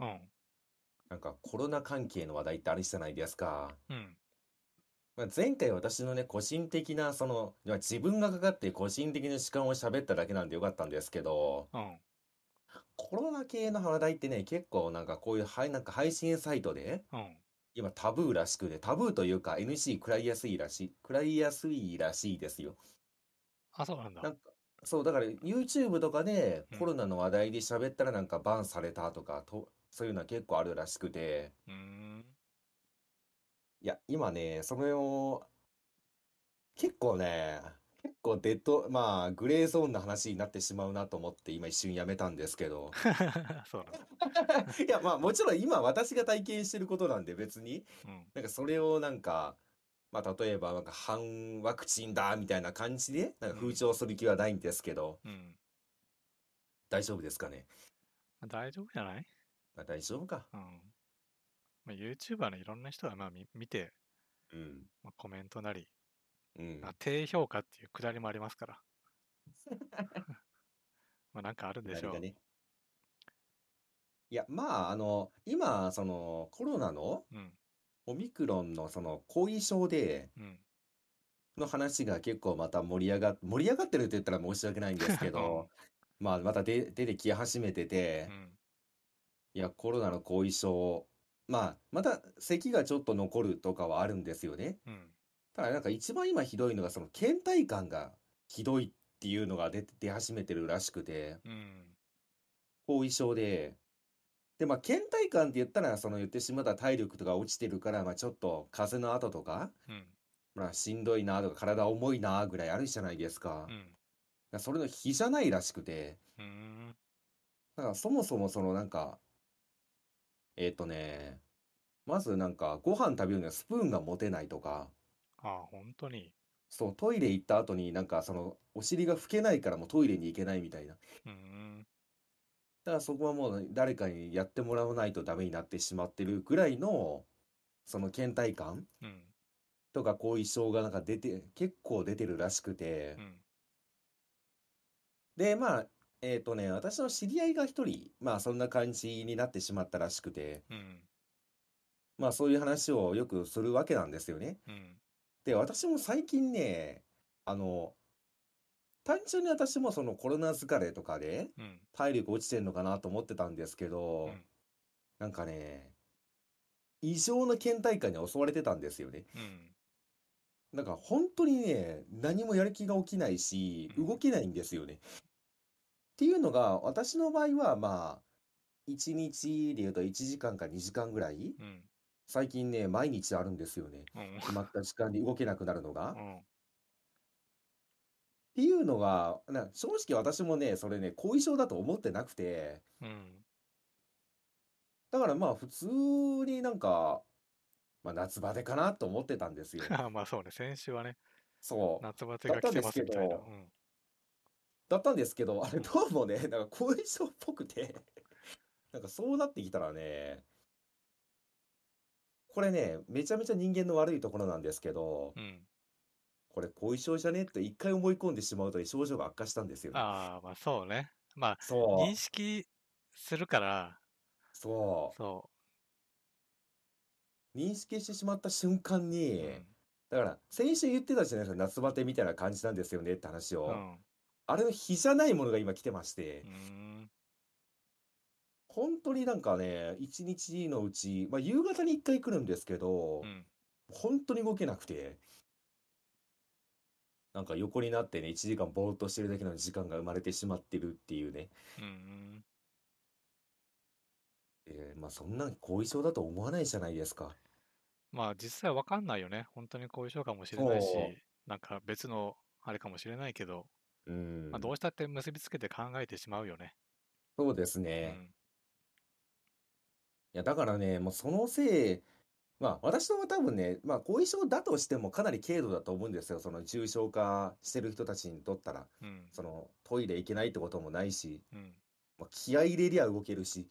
なんかコロナ関係の話題ってあるじゃないですか。 うん。 まあ、前回私のね、個人的な、その、いや自分がかかって個人的な主観を喋っただけなんでよかったんですけど、 うん。 コロナ系の話題ってね、結構なんかこういう、はい、なんか配信サイトで、 うん。 今タブーらしくて、タブーというか エヌシー 食らいやすいらしい、食らいやすいらしいですよ。 あ、そうなんだ。 なんか、そう、だから YouTube とかでうん。 コロナの話題で喋ったらなんかバンされたとか、と、そういうのは結構あるらしくて、 うーん。 いや、今ね、それを結構ね、結構デッド、まあ、グレーゾーンな話になってしまうなと思って今一瞬やめたんですけど。 そうなんだ。 いや、まあもちろん今私が体験してることなんで別に、 うん。 なんかそれをなんか、まあ例えばなんか反ワクチンだみたいな感じで、なんか風うん。 潮する気はないんですけど、 うん。 大丈夫ですかね。 大丈夫じゃない？ まあ大丈夫か。 うん。まあ、YouTuber のいろんな人がまあ見見て、 うん。 まあ、コメントなり、まあ、 うん。 低評価っていうくだりもありますから、まあなんかあるんでしょ下りがね。いや、まあ、あの、今、その、コロナのう。うん。 オミクロンのその後遺症で、 うん。 の話が結構また盛り上がっ、盛り上がってるって言ったら申し訳ないんですけうん。 ど、まあ、また出、出てき始めてて、 うん。 いや、コロナの後遺症、まあ、また咳がちょっと残るとかはあるんですよね。 うん。 ただ、なんか一番今ひどいのが、その倦怠感がひどいっていうのが出て、出始めてるらしくて、 うん。 後遺症で、で、まあ、倦怠感って言ったら、その言ってしまったら体力とか落ちてるから、まあ、ちょっと風邪の後とか、 うん。 まあ、しんどいなとか、体重いなぐらいあるじゃないですか。 うん。 それの比じゃないらしくて、 うん。 だからそもそもそのなんか、えっとね、まずなんかご飯食べるにはスプーンが持てないとか、 ああ、本当に。 そう、トイレ行った後になんかそのお尻が拭けないからもうトイレに行けないみたいな。 うん。 だからそこはもう誰かにやってもらわないとダメになってしまってるぐらいの、その倦怠感うん。 とか後遺症がなんか出て、結構出てるらしくて、 うん。 で、まあ、えっとね、私の知り合いが一人、まあそんな感じになってしまったらしくて、 うん。 まあそういう話をよくするわけなんですよね。 うん。 で、私も最近ね、あの、単純に私もそのコロナ疲れとかでうん。 体力落ちてんのかなと思ってたんですけど、 うん。 なんかね、異常な倦怠感に襲われてたんですよね。 うん。 なんか本当にね、何もやる気が起きないし、動けないんですよね。っていうのが、私の場合はまあ、いちにちで言うといちじかんかにじかんぐらい、 うん。 最近ね、毎日あるんですよね。 うん。 決まった時間に動けなくなるのが。 うん。 っていうのが、な正直私もね、それね、後遺症だと思ってなくて、 うん。 だからまあ普通になんか、まあ夏バテかなと思ってたんですよ。 まあそうね、先週はね、 そう。 夏バテが来てだったんですますみたいな。 けど、 うん。 だったんですけど、あれうん。 どうもね、なんか後遺症っぽくてなんかそうなってきたらね、これね、めちゃめちゃ人間の悪いところなんですけど、 うん。 これ後遺症じゃねって一回思い込んでしまうと症状が悪化したんですよね。 ああ、まあそうね。まあ、認そう、 識するから、 そそう。認識してしまった瞬間う。うに、 ん。 だから先週言ってたじゃないですか、夏バテみたいな感じなんですよねって話を。 うん。 あれの比じゃないものが今来てまして、 うーん。 本当になんかね、一日のうち、まあ夕方に一回来るんですけど、 うん。 本当に動けなくて、なんか横になってね、いちじかんぼーっとしてるだけの時間が生まれてしまってるっていうね。 うん。 えーまあそんな後遺症だと思わないじゃないですか。 まあ実際わかんないよね。本当に後遺症かもしれないそし、なんか別のあれかもしれないけど、 う。うまあどうん。 したって結びつけて考えてしまうよね。 そうですね。 うん。 いや、だからね、もうそのせい、まあ私のは多分ね、まあ後遺症だとしてもかなり軽度だと思うんですよ。その重症化してる人たちにとったら。 うん。 そのトイレ行けないってこともないし、 うん。 まあ、気合い入れりゃ動けるし。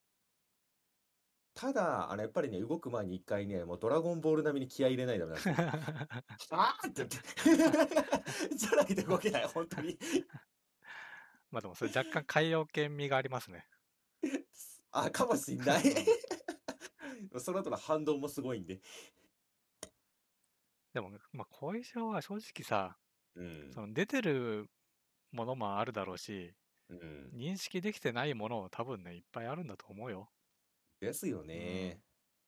ただ、あのやっぱりね、動く前に一回ね、もうドラゴンボール並みに気合い入れないとダメなんですよ。あーって言ってじゃないと動けない、本当に。 まあでもそれ若干海洋圏味がありますね。 あ、かもしんない。 うん。 その後の反動もすごいんで。 でも、まあ、後遺症は正直さ、 うん。 その出てるものもあるだろうし、 うん。 認識できてないものも多分ね、いっぱいあるんだと思うよ。 ですようん。 ね。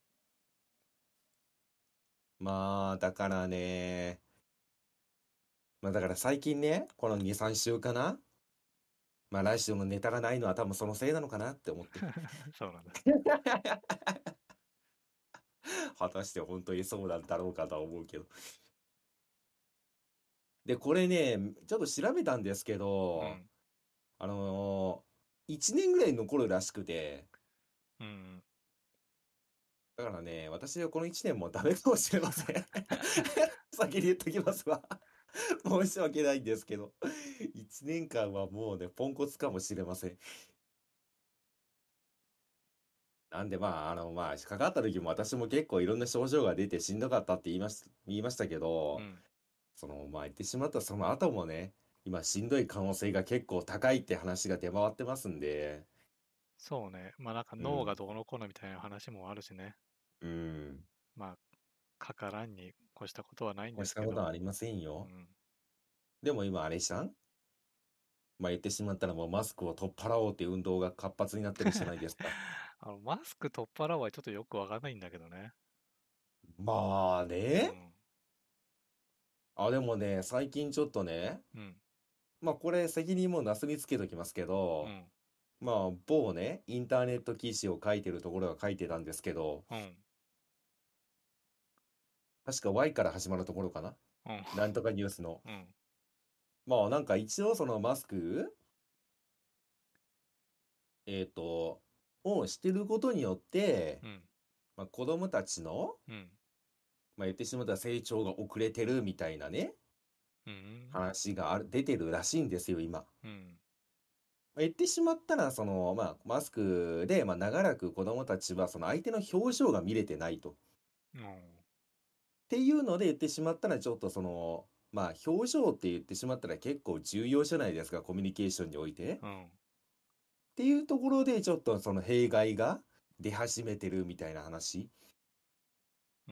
まあ、だからね。まあ、だから最近ね、このに、さん週かな。まあ、来週のネタがないのは多分そのせいなのかなって思って。 そうなんだ。 果たして本当にそうなんだろうかとは思うけど。で、これね、ちょっと調べたんですけど、 うん。 あのー、いちねんぐらい残るらしくて、 うん。 だからね、私はこのいちねんもダメかもしれません。先に言っときますわ。申し訳ないんですけど。いちねんかんはもうね、ポンコツかもしれません。なんでまあ、あの、まあ、かかった時も私も結構いろんな症状が出てしんどかったって言いまし、言いましたけど、 うん。 その、まあ言ってしまったその後もね、今しんどい可能性が結構高いって話が出回ってますんで、 そうね。まあなんかうん、 脳がどうのこうのみたいな話もあるしね。 うん、 まあ、かからんに越したことはないんこうしですけど。 たことはありませんよ。 うん。 でも今あれじゃん、まあ言ってしまったらもうマスクを取っ払おうっていう運動が活発になってるじゃないですか。 あの、マスク取っ払うはちょっとよくわかんないんだけどね。 まあね。 うん。 あ、でもね、最近ちょっとね、 うん。 まあこれ責任もなすりつけときますけど、 うん。 まあ某ね、インターネット記事を書いてるところが書いてたんですけど、 うん。 確か Y から始まるところかな、 うん。 なんとかニュースの。 うん。 まあなんか一応そのマスク、えっと、をしてることによって、 うん。 まあ、子供たちの、 うん。 まあ、言ってしまったら成長が遅れてるみたいなね、 うん。 話がある、出てるらしいんですよ、今。 うん。 まあ言ってしまったら、その、まあ、マスクで、まあ、長らく子供たちは、その相手の表情が見れてないと。っうん。 ていうので言ってしまったら、ちょっとその、まあ、表情って言ってしまったら結構重要じゃないですか、コミュニケーションにおいて。っうん。 ていうところで、ちょっとその弊害が出始めてるみたいな話うん。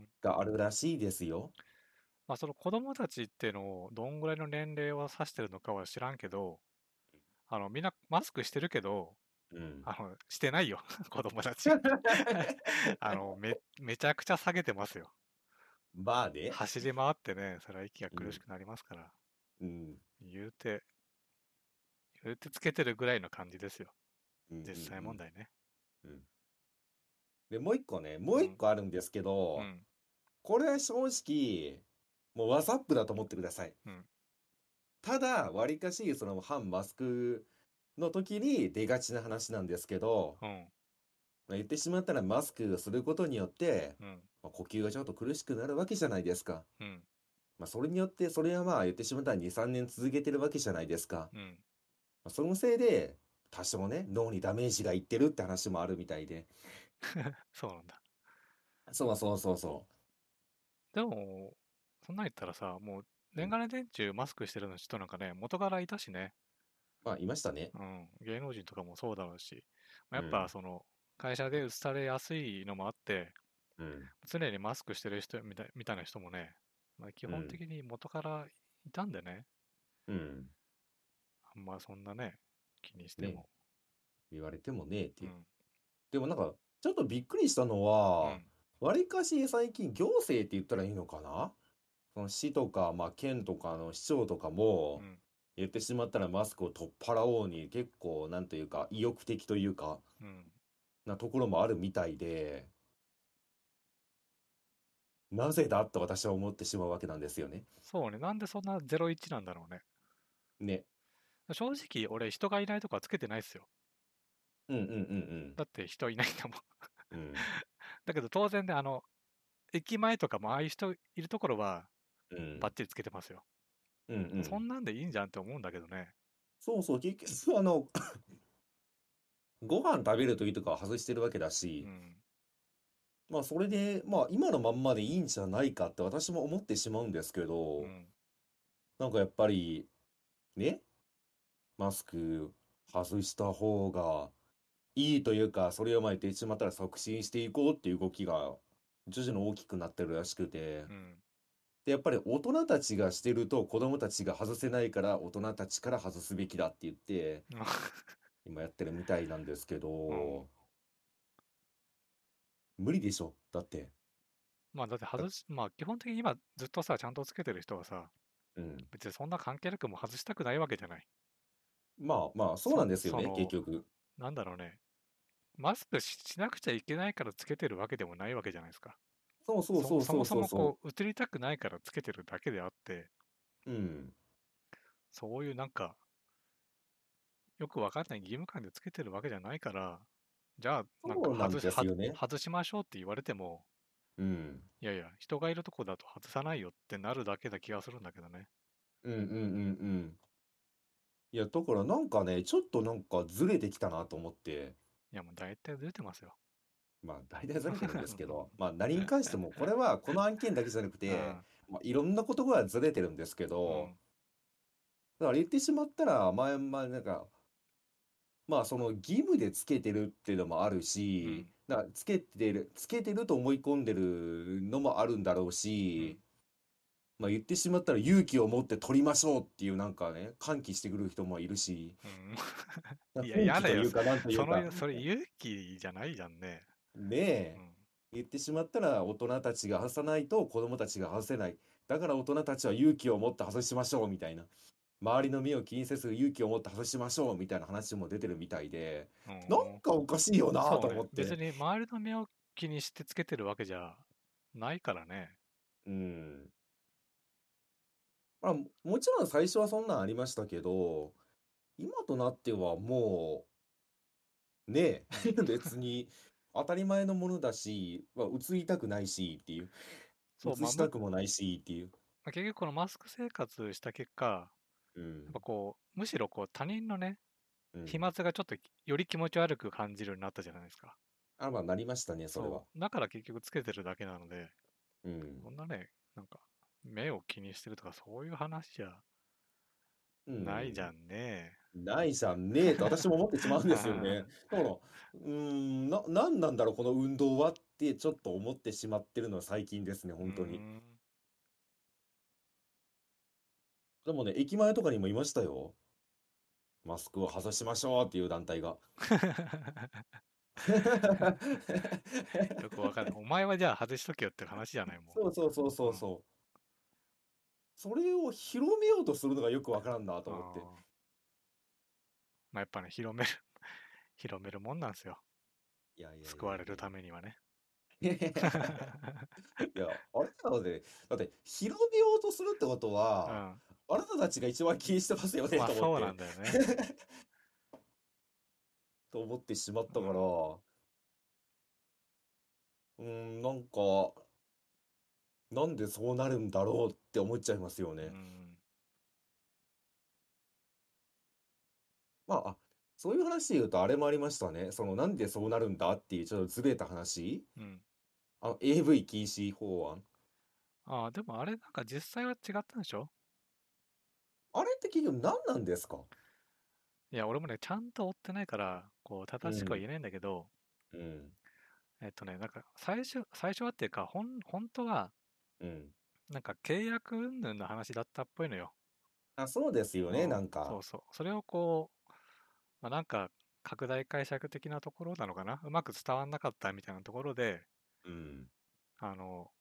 があるらしいですよ。 まあ、その子供たちっていうのをどんぐらいの年齢を指してるのかは知らんけど、あの、みんなマスクしてるけど、 うん。 あの、してないよ。子供たち。あの、め、めちゃくちゃ下げてますよ。 バーで、 走り回ってね、それは息がうん。 苦しくなりますから。 うん。 言うて、言うてつけてるぐらいの感じですよ。 うん。うん。 実際問題ね。 うん。うん。で、もう一個ね、もう一うん。 個あるんですけど、 うん。 これは正直、もうワザップだと思ってください。 うん。 ただ、わりかし、その反マスクの時に出がちな話なんですけど、 うん。 まあ、言ってしまったらマスクをすることによって、 うん。 まあ、呼吸がちょっと苦しくなるわけじゃないですか。 うん。 まあ、それによって、それはまあ言ってしまったらに、さんねん続けてるわけじゃないですか。 うん。 まあ、そのせいで、多少ね、脳にダメージがいってるって話もあるみたいで。 そうなんだ。 そうそうそうそでも、そんなん言ったらさ、もう、 う。うん。 年がら年中マスクしてる人なんかね、元からいたしね。 まあ、いましたね。 うん。芸能人とかもそうだろうし。まあやっぱ、 うん。 その、会社で移されやすいのもあって、 うん。 常にマスクしてる人みたいみたいな人もね、まあ、基うん。 本的に元からいたんでね、 うん。 あんまそんなね、気にしてね。 も。 言われてもねっていう。 うん。 でもなんか、ちょっとびっくりしたのは、 うん。 わりかし最近行政って言ったらいいのかな、その市とか、まあ県とかの市長とかも、 うん。 言ってしまったらマスクを取っ払おうに結構、なんというか、意欲的というか、 うん。 なところもあるみたいで、なぜだと私は思ってしまうわけなんですよね。 そうね。なんでそんなゼロイチなんだろうね。 ね。 正直、俺、人がいないとこはつけてないっすよ。 うんうんうんだって人いないんだもん。 うん。うん。 だけど当然ね、あの、駅前とかもああいう人いるところはうん。 バッチリつけてますよ。 うんうん。 そんなんでいいんじゃんって思うんだけどね。 そうそう、結局、あの、ご飯食べる時とかは外してるわけだし、 うん。 まあそれで、まあ今のまんまでいいんじゃないかって私も思ってしまうんですけど、 うん。 なんかやっぱり、ね、マスク外した方がいいというか、それをまあ言ってしまったら促進していこうっていう動きが徐々に大きくなってるらしくて、 うん。 で、やっぱり大人たちがしてると子供たちが外せないから大人たちから外すべきだって言って、今やってるみたいなんですけうん。 ど、無理でしょ。だって。 まあだってだ外し、まあ基本的に今ずっとさ、ちゃんとつけてる人はさ、 うん。 別にそんな関係なくもう外したくないわけじゃない。 まあまあ、そうなんそ、 ですよね、結その、 局。 なんだろうね。マスクししなくちゃいけないからつけてるわけでもないわけじゃないですか。 そうそうそ、 そうそうそもそそうそもこう、映りたくないからつけてるだけであって、 う。うん。 そういうなんか、よくわかんない義務感でつけてるわけじゃないから、じゃあ、なんかそうなん外し、はですよね。 外しましょうって言われても、 うん。 いやいや、人がいるとこだと外さないよってなるだけな気がするんだけどね。 うんうんうんうん。いや、だからなんかね、ちょっとなんかずれてきたなと思って、 いや、もう大体ずれてますよ。 まあ大体ずれてるんですけど、まあ何に関しても、これはこの案件だけじゃなくて、 うん、 まあ、いろんなことがずれてるんですけど、 うん、 だから言ってしまったら、前々なんか、まあその義務でつけてるっていうのもあるし、 うん、 だからつけてる、つけてると思い込んでるのもあるんだろううん、 し、まあ言ってしまったら勇気を持って取りましょうっていうなんかね、喚起してくる人もいるし、 うん。いや、 奮やだよ。 起というかなんというか、 その、それ勇気じゃないじゃんね。 ねえ、 うん。 言ってしまったら大人たちが外さないと子供たちが外せない。だから大人たちは勇気を持って外しましょうみたいな。周りの目を気にせず勇気を持って外しましょうみたいな話も出てるみたいで、 うなんん。 かおかしいよなとそうね。 思って。 別に周りの目を気にしてつけてるわけじゃないからね。 うん。まあ、ももちろん最初はそんなんありましたけど、今となってはもう、ねえ、 うん。 別に当たり前のものだし、まあ、映りたくないしっていう、 そう、まあ、む、 映したくもないしっていう。 まあ結局このマスク生活した結果、やうん。 っぱこう、むしろこう他人のね、 うん。 飛沫がちょっとより気持ち悪く感じるようになったじゃないですか。 あ、まあ、なりましたね、それは。 そう。だから結局つけてるだけなので、 うん。 そんなね、なんか、目を気にしてるとかそういう話じゃうん。 ないじゃんね。 ないじゃんねえと私も思ってしまうんですよね。だから、うーん、な、なんなんだろう、この運動はってちょっと思ってしまってるのは最近ですね、 うー本当に。 ん。 でもね、駅前とかにもいましたよ。マスクを外しましょうっていう団体が。 よくわかんない。お前はじゃあ外しとけよって話じゃないもそうそうそうん。うん。 そうそう。それを広めようとするのがよくわからんなとあ思って。 ーまあ、やっぱね、広める広めるもんなんですよ。 いやいやい救われるやいやいためにはね。 や。いや、あれなので、だって広めようとするってことは、 うん。 あなたたちが一番気にしてますよねまあそうなと思って。 んだよね。 と思ってしまったから、 うん。 うーん、なんか、なんでそうなるんだろうって思っちゃいますよね。 うん。 まあ、あ、そういう話で言うとあれもありましたね。そのなんでそうなるんだっていうちょっとずれた話。 うん。 あの エーブイ 禁止法案。 ああ、でもあれなんか実際は違ったんでしょ？ あれって結局何なんですか？ いや、俺もね、ちゃんと追ってないから、こう、正しくはうん、 言えないんだけど、 うん、 えっとね、なんか最初、最初はっていうか、ほん、本当は、 うん。 なんか契約云々の話だったっぽいのよ。 あ、そうですよね、 うん。 なんか。 そうそう。それをこう、まあ、なんか、拡大解釈的なところなのかな、うまく伝わんなかったみたいなところで、 うん、 あの、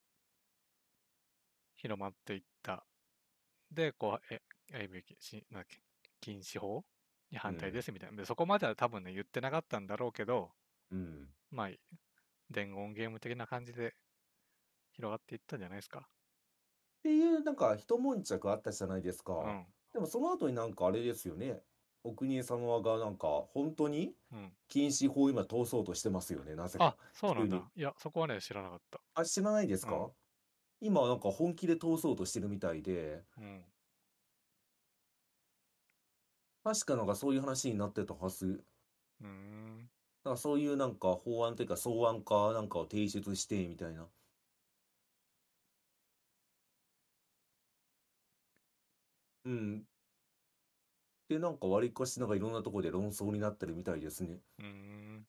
広まっていった。で、こう、え、エーブイ 禁止、なんだっけ、禁止法に反対でうん、 すみたいな。で、そこまでは多分ね、言ってなかったんだろうけど、 うん。 まあ、伝言ゲーム的な感じで広がっていったんじゃないですか。 っていうなんか一悶着あったじゃないですか。 うん。 でもその後になんかあれですよね。お国様がなんか本当にうん。 禁止法を今通そうとしてますよね、なぜか。 あ、そうなんだ。 急に。 いや、そこはね、知らなかっあ、知らないですた。うん。 か？今なんか本気で通そうとしてるみたいで、 うん。 確かなんかそういう話になってたはず。 うーん。 だからそういうなんか法案というか草案かなんかを提出してみたいな。うん。で、なんか割りかしなんかいろんなところで論争になってるみたいですね。 うーん。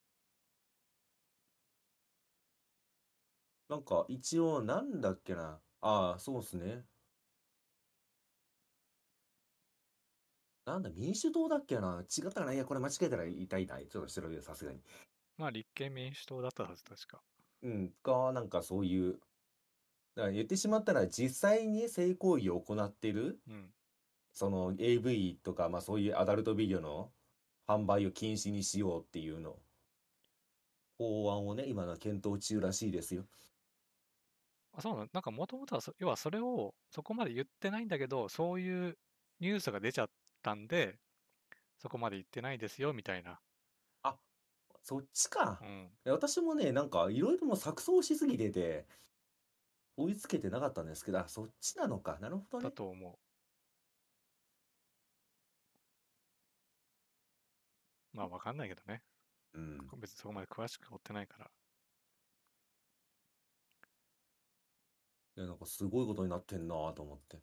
なんか一応なんだっけな。 ああ、そうですね。なんだ、民主党だっけな。違ったかな。いや、これ間違えたら痛いな。ちょっと調べる、さすがに。 まあ立憲民主党だったはず、確か。 うん、が、なんかそういう、だから言ってしまったら、実際に性行為を行っている、 うん。 その エーブイ とか、まあそういうアダルトビデオの販売を禁止にしようっていうの、法案をね、今の検討中らしいですよ。 あ、そうなの。なんかもともとはそ、要はそれをそこまで言ってないんだけど、そういうニュースが出ちゃったんで、そこまで言ってないですよ、みたいな。 あ、そっちか。 うん。 いや私もね、なんかいろいろもう錯綜しすぎてて、追いつけてなかったんですけど、あ、そっちなのか。なるほどね。 だと思う。まあわかんないけどね。 うん。 別にそこまで詳しく追ってないから。 いや、なんかすごいことになってんなと思って。 うん。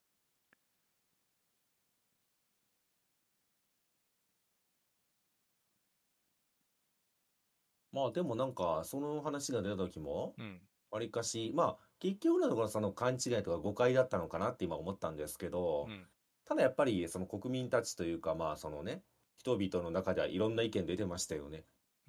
まあでもなんか、その話が出た時も、 うん。 わりかし、まあ、結局のところその勘違いとか誤解だったのかなって今思ったんですけど、 うん。 ただやっぱりその国民たちというか、まあそのね、人々の中ではいろんな意見出てましたよね。 うん。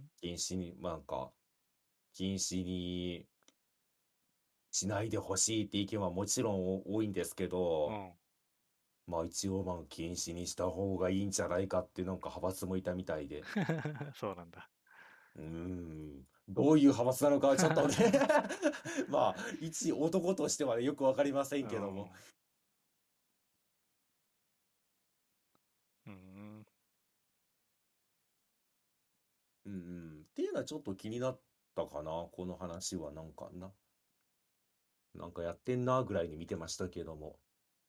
禁止に、まあなんか、禁止にしないでほしいって意見はもちろん多いんですけど、 うん。 まあ一応まあ禁止にした方がいいんじゃないかっていうなんか派閥もいたみたいで、 そうなんだ。 うーん、どういう派閥なのかはちょっとねまあ一男としてはよくわかりませうんけども、 ん。うん。 うんうん、っていうのはちょっと気になったかな、この話はなんかな、なんかやってんなぐらいに見てましたけども、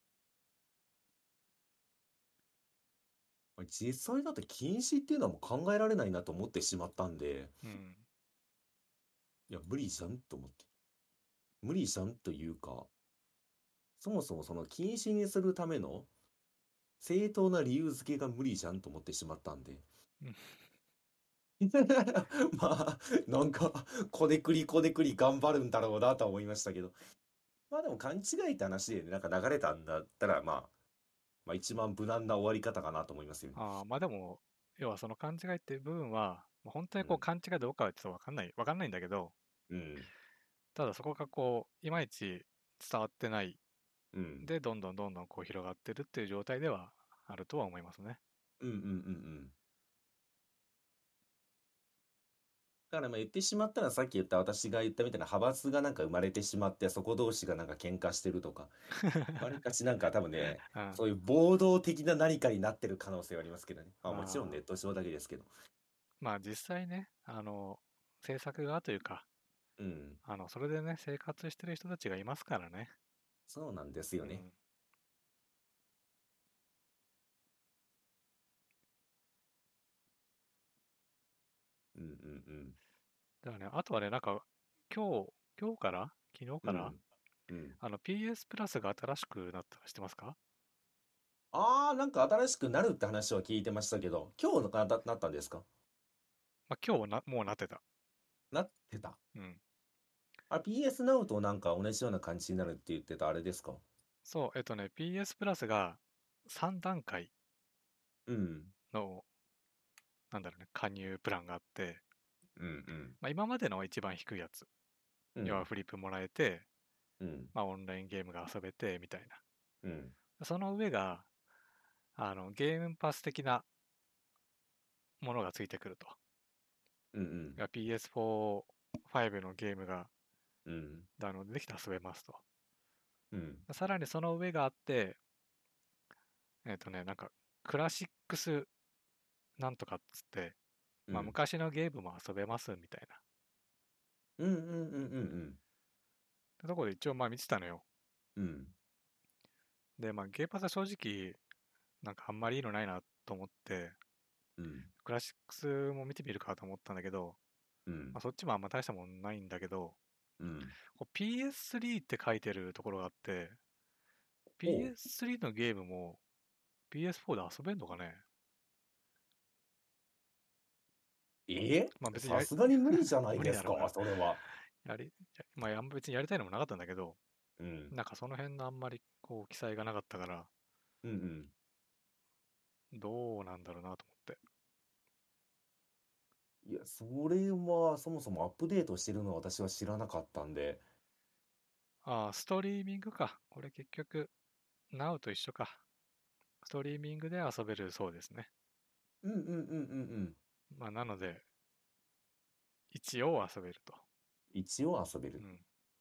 実際だって禁止っていうのはもう考えられないなと思ってしまったんで、 うん。 いや無理じゃんと思って。無理じゃんというか、そもそもその禁止にするための正当な理由付けが無理じゃんと思ってしまったんで。 うん。 まあ、なんか、こねくりこねくり頑張るんだろうなとは思いましたけど。まあでも勘違いって話でね、なんか流れたんだったら、まあ、まあ一番無難な終わり方かなと思いますよね。 ああ、まあでも、要はその勘違いっていう部分は、まあ本当うん。 にこう勘違いどうかはちょっとわかんない、わかんないんだけど、 うん。 ただそこがこう、いまいち伝わってないうん。 で、どんどんどんどんこう広がってるっていう状態ではあるとは思いますね。 うんうんうんうん。だからまあ言ってしまったらさっき言った私が言ったみたいな派閥がなんか生まれてしまってそこ同士がなんか喧嘩してるとか、わりかしなんか多分ね、 うん、 そういう暴動的な何かになってる可能性はありますけどね。まあもちろんネあーット上だけですけど。 まあ実際ね、あの、制作側というか、 うん。 あの、それでね、生活してる人たちがいますからね。 そうなんですよね。 うん。 うんうんだからね、あとはね、なんか、今日、今日から昨日うん。うからん。うん。 あの、ピーエス プラスが新しくなったの知ってますか？ ああ、なんか新しくなるって話は聞いてましたけど、今日のかな、なったんですか？ まあ今日な、もうなってた。 なってた。 うん。 あ、ピーエス ナウとなんか同じような感じになるって言ってたあれですか？ そう、えっとね、ピーエス プラスがさん段階うん。 の、なんだろうね、加入プランがあって、 うんまあ、今までの一番低いやつ、 うん。うん。 要はフリップもらえて、 うん。 まあ、オンラインゲームが遊べて、みたいうん。 な。その上が、あの、ゲームパス的なものがついてくると。 うんうん。 ピーエスフォー、ファイブのゲームがうん。 ダウンロードできて遊べますと。 うん。 さらにその上があって、えっとね、なんか、クラシックスなんとかっつって、まあ、 うん。 昔のゲームも遊べますみたいな。 うんうんうんうんってところで一応まあ見てたのよ。 うん。うん。 で、まあ、ゲーパスは正直、なんかあんまりいいのないなと思って、 うん。 クラシックスも見てみるかと思ったんだけど、 うん。 まあ、そっちもあんま大したもんないんだけど、 うん。 こう ピーエススリー って書いてるところがあって、 おう。 ピーエススリー のゲームも ピーエスフォー で遊べんのかね？ えまあ別にやり、 さすがに無理じゃないですか、 無理だろうな。 それは。 やり、やまあ、あんま別にやりたいのもなかったんだけど、 うん。 なんかその辺のあんまりこう記載がなかったから、 うんうん。 どうなんだろうなと思って。 いや、それはそもそもアップデートしてるのは私は知らなかったんで。 ああ、ストリーミングか。これ結局、Now と一緒か。ストリーミングで遊べるそうですね。 うんうんうんうんうん。 まあ、なので、一応遊べると。 一応遊べる。 うん。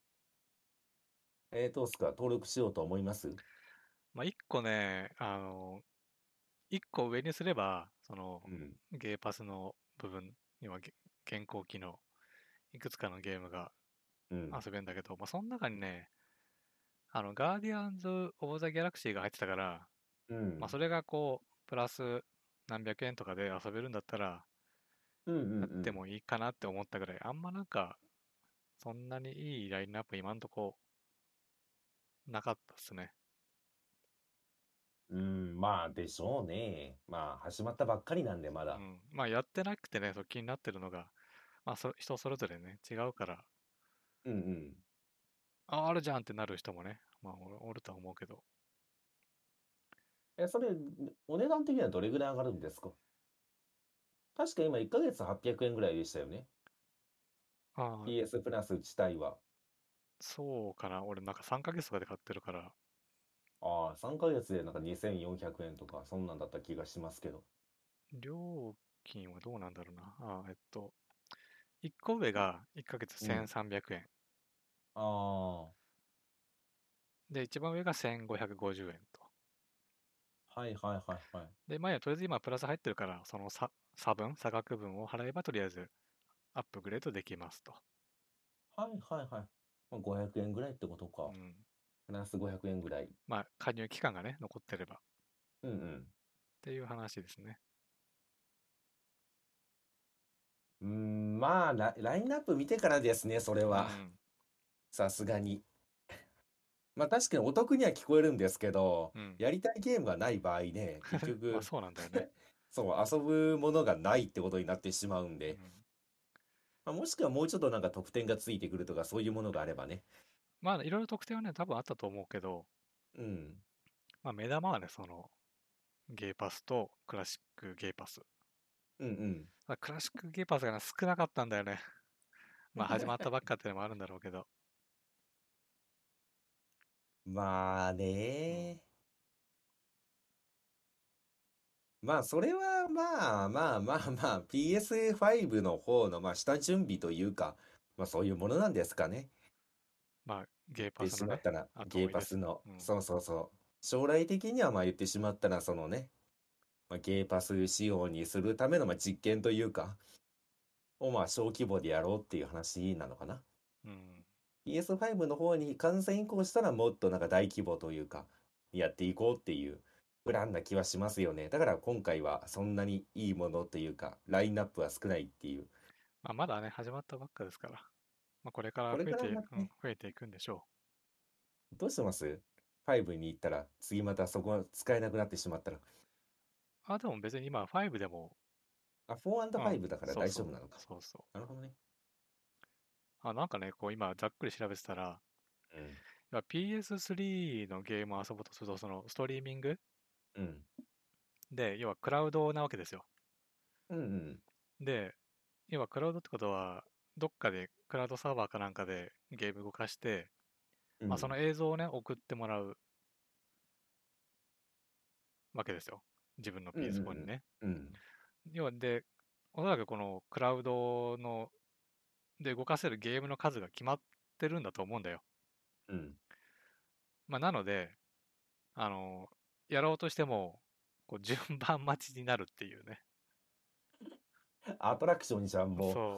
えー、どうすか登録しようと思います？ まあ、一個ね、あの、一個上にすれば、その、 うん。 ゲーパスの部分には、げ現行機のいくつかのゲームがうん。 遊べるんだけど、まあ、その中にね、あの、ガーディアンズ・オブ・ザ・ギャラクシーが入ってたから、まあ、 うん。 それがこう、プラス何百円とかで遊べるんだったら、 うんうんうやってん。 もいいかなって思ったぐらい、あんまなんか、そんなにいいラインナップ今んとこなかったっすね。 うん、まあ、でしょうね。まあ、始まったばっかりなんで、まだ。 うん。まあやってなくてね、そう気になってるのが、まあそ人それぞれね、違うから、 うんうん。 あ、あるじゃんってなる人もね、まあおおるとは思うけど、 え、それ、お値段的にはどれぐらい上がるんですか？確か今いっかげつはっぴゃくえんぐらいでしたよね。 ああ、 ピーエス プラス自体は。 そうかな。俺なんかさんかげつとかで買ってるから、 ああ、さんかげつでなんかにせんよんひゃくえんとか、そんなんだった気がしますけど。 料金はどうなんだろうな。ああ、えっと、いっこ上がいっかげつうん。 せんさんびゃくえん。 あで、一番上がせんごひゃくごじゅうえんと。 あ、はいはいはいはい。 で、まあいいや、とりあえず今プラス入ってるから、その差、差分、差額分を払えばとりあえずアップグレードできますと。 はいはいはい。まあ、ごひゃくえんぐらいってことか。 うん。 プラスごひゃくえんぐらい。 まあ加入期間がね、残ってればっうんうん。 ていう話ですね。 うーん、まあラ、ラインナップ見てからですね、それは。 うん。 さすがに。まあ確かにお得には聞こえるんですけど、 うん。 やりたいゲームがない場合ね、結まあ局、 そうなんだよね。 そう、遊ぶものがないってことになってしまうんで、 うん。 まあ、もしくはもうちょっとなんか特典がついてくるとか、そういうものがあればね。 まあいろいろ特典はね、多分あったと思うけど、 うん。 まあ目玉はね、そのゲーパスとクラシックゲーパス。 うんうん。 まあクラシックゲーパスがね、少なかったんだよね。まあ始まったばっかってのもあるんだろうけど。 まあうん。 ね。まあ、それはまあまあまあまあ、ピーエスファイブ の方のまあ下準備というか、まあそういうものなんですかね。 まあゲーパ言ってスのね、 しまったら、ゲー後追いです。 パスの、 うん。 そうそうそう。将来的にはまあ言ってしまったら、そのね、まあ、ゲーパス仕様にするためのまあ実験というか、をまあ小規模でやろうっていう話なのかな。 うん。 ピーエスファイブ の方に完全移行したらもっとなんか大規模というか、やっていこうっていうプランな気はしますよね。だから今回はそんなにいいものというか、ラインナップは少ないっていう。 まあまだね、始まったばっかですから。まあこれからこれから増えて、うん、 またね、 増えていくんでしょどうしてます？ ファイブ に行ったら、次またそこが使えなくなってしまったら。 う。あ、でも別に今ごでも、 あ、フォーうん、 ファイブだからそうそう、 大丈夫なのか。 そうそう。 なるほどね。 あ、なんかね、こう今ざっくり調べてたら、 うん。 いや ピーエススリー のゲームを遊ぼうとすると、そのストリーミングうん。 で、要はクラウドなわけですよ。 うんうん。 で、要はクラウドってことは、どっかでクラウドサーバーかなんかでゲーム動かして、まあ、そうん。 の映像をね、送ってもらうわけですよ。自分のうんうんうピーエスフォー にん。 ね。 うん。 要は、で、おそらくこのクラウドので動かせるゲームの数が決まってるんだと思うんだよ。 うん。 まあ、なので、あの、やろうとしても、こう順番待ちになるっていうね。 アトラクションじゃん、もう。 そ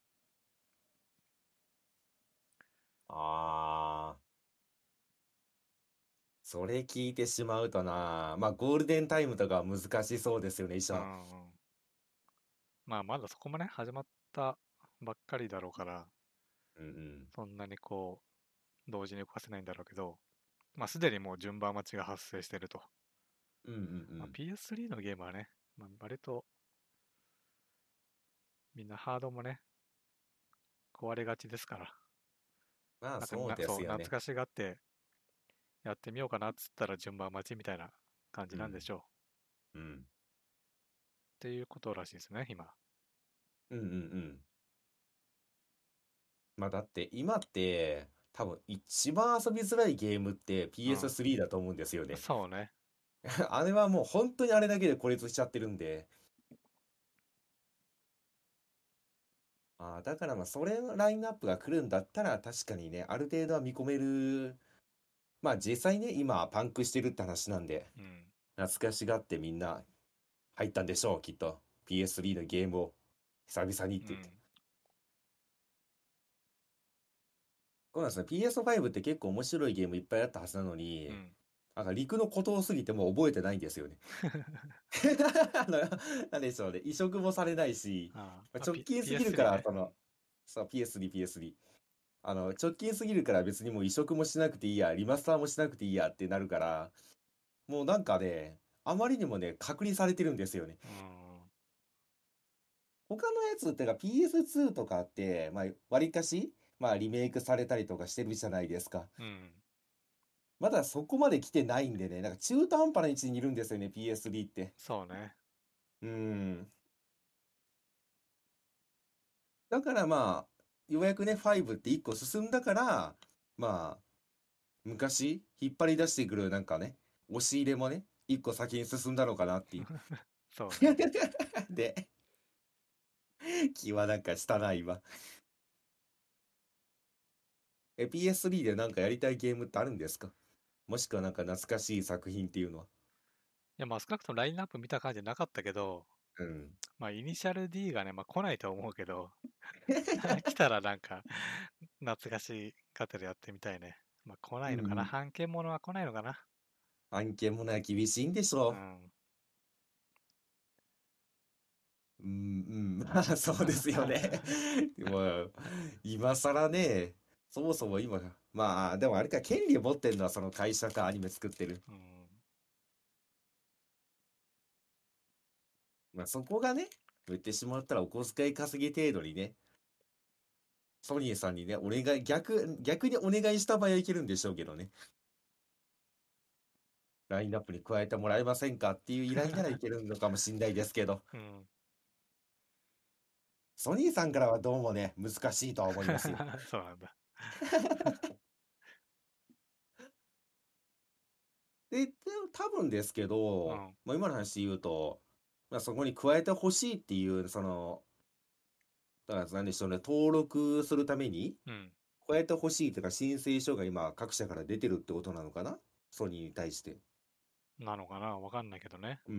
ああ。それ聞いてしまうとな、まあゴールデンタイムとかは難しそうですよね、医う。う者。 んうん。まあ、まだそこもね、始まったばっかりだろうから、 うんうん。 そんなにこう、同時に動かせないんだろうけど、まあ、すでにもう順番待ちが発生してると。 うんうんうまあ、 ん。 ピーエススリー のゲームはね、まあ、割とみんなハードもね、壊れがちですから。 まあなんかな、 そうでそう、 すよね。 懐かしがってやってみようかなっつったら順番待ちみたいな感じうん。 なんでしょう。っうん。 ていうことらしいですね、今。 うんうんうん。まあだって今って多分一番遊びづらいゲームってうん。 ピーエススリー だと思うんですよね。 そうね。 あれはもう本当にあれだけで孤立しちゃってるんで。あーだからまあそれのラインナップが来るんだったら確かにね、ある程度は見込める。まあ実際ね、今パンクしてるって話なんで、 うん。 懐かしがってみんな入ったんでしょう、きっと。ピーエススリー のゲームを久々にって言って。 うん。 そうなんですね。ピーエスファイブ って結構面白いゲームいっぱいあったはずなのに、 うん。 なんか陸の孤島すぎてもう覚えてないんですよね。あのなんでしょうね。移植もされないし、 ああ、 まああ、 直 P、 近すぎるかピーエススリーら、 ね。 その、 うん。 そう、ピーエススリー、ピーエススリー。あの、直近すぎるから別にもう移植もしなくていいや、リマスターもしなくていいやってなるから、もうなんかね、あまりにもね、隔離されてるんですよね。 うん。 他のやつっていうか ピーエスツー とかって、まあ、割かし、まあ、リメイクされたりとかしてるじゃないですか。 うん。 まだそこまで来てないんでね、なんか中途半端な位置にいるんですよね、ピーエススリー って。 そうね。 うーん。だからまあ、ようやくね、ファイブっていっこ進んだから、まあ、昔、引っ張り出してくるなんかね、押し入れもね、いっこ先に進んだのかなっていう。 そうね。 で、気はなんかしたな、今。え、ピーエススリー でなんかやりたいゲームってあるんですか？もしくはなんか懐かしい作品っていうのは。 いや、まあ少なくともラインナップ見た感じなかったけど、 うん。 まあイニシャル D がね、まあ来ないと思うけど、来たらなんか懐かしいカテルやってみたいね。まあ来ないのかな。 うん。 半径ものは来ないのかな。 案件もな厳しいんでしょうん。 う。うん、うん。まあ、そうですよね。でも、今更ね、そもそも今、まあ、でもあれか、権利を持ってるのはその会社か、アニメ作ってる。 うん。 まあ、そこがね、言ってしまったらお小遣い稼ぎ程度にね、ソニーさんにね、お願い、逆、逆にお願いした場合はいけるんでしょうけどね。ラインナップに加えてもらえませんかっていう依頼ならいけるのかもしれないですけど、 うん。 ソニーさんからはどうもね、難しいとは思いますよ。 そうなんだ。 で、で多分ですけど、 うん。 まあ、今の話で言うと、まあ、そこに加えてほしいっていう、その、だから何でしょうね、登録するために、 うん。 加えてほしいというか、申請書が今、各社から出てるってことなのかな、ソニーに対して。 なのかなわかんないけどね。 うん。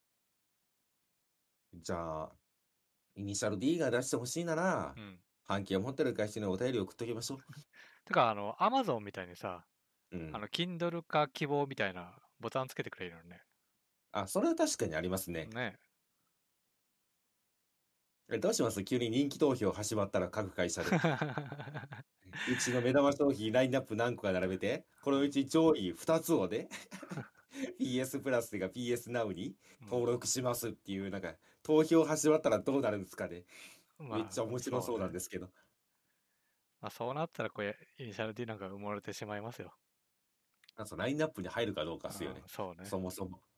じゃあ、イニシャル D が出してほしいなら、 うん。 半径を持ってる会社にお便りを送っときましょてか、あの、アマゾンみたいにさ、 う。うん。 あの、Kindle 化希望みたいなボタンつけてくれるのね。 あ、それは確かにありますね。 ね。 え、どうします急に人気投票始まったら各会社で。うちの目玉商品ラインナップ何個か並べて、このうち上位ふたつをね、ピーエス プラスというか ピーエス ナウに登録しますっていう、なんか、投票始まったらどうなるんですかね。 うん、 めっちゃまあ、 面白そうなんそうね。 ですけど。 まあ、そうなったら、これ、イニシャル D なんか埋もれてしまいますよ。 あとラインナップに入るかどうかっうん、 すよね。 そうね。 そもそも。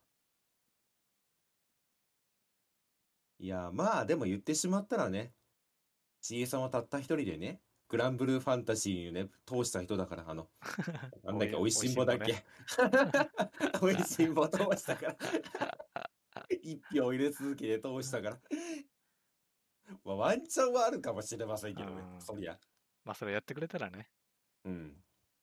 いや、まあ、でも言ってしまったらね、ちえさんはたった一人でね、グランブルーファンタジーにね、通した人だから、あの、なんだっけ、 おい、 おいおいしんぼだっしんぼね。 け。おいしんぼ通したから。一票入れ続けて通したから。まあ、ワンチャンはあるかもしれませんうん。 けどね、そりゃ。 まあ、それやってくれたらね。 うん。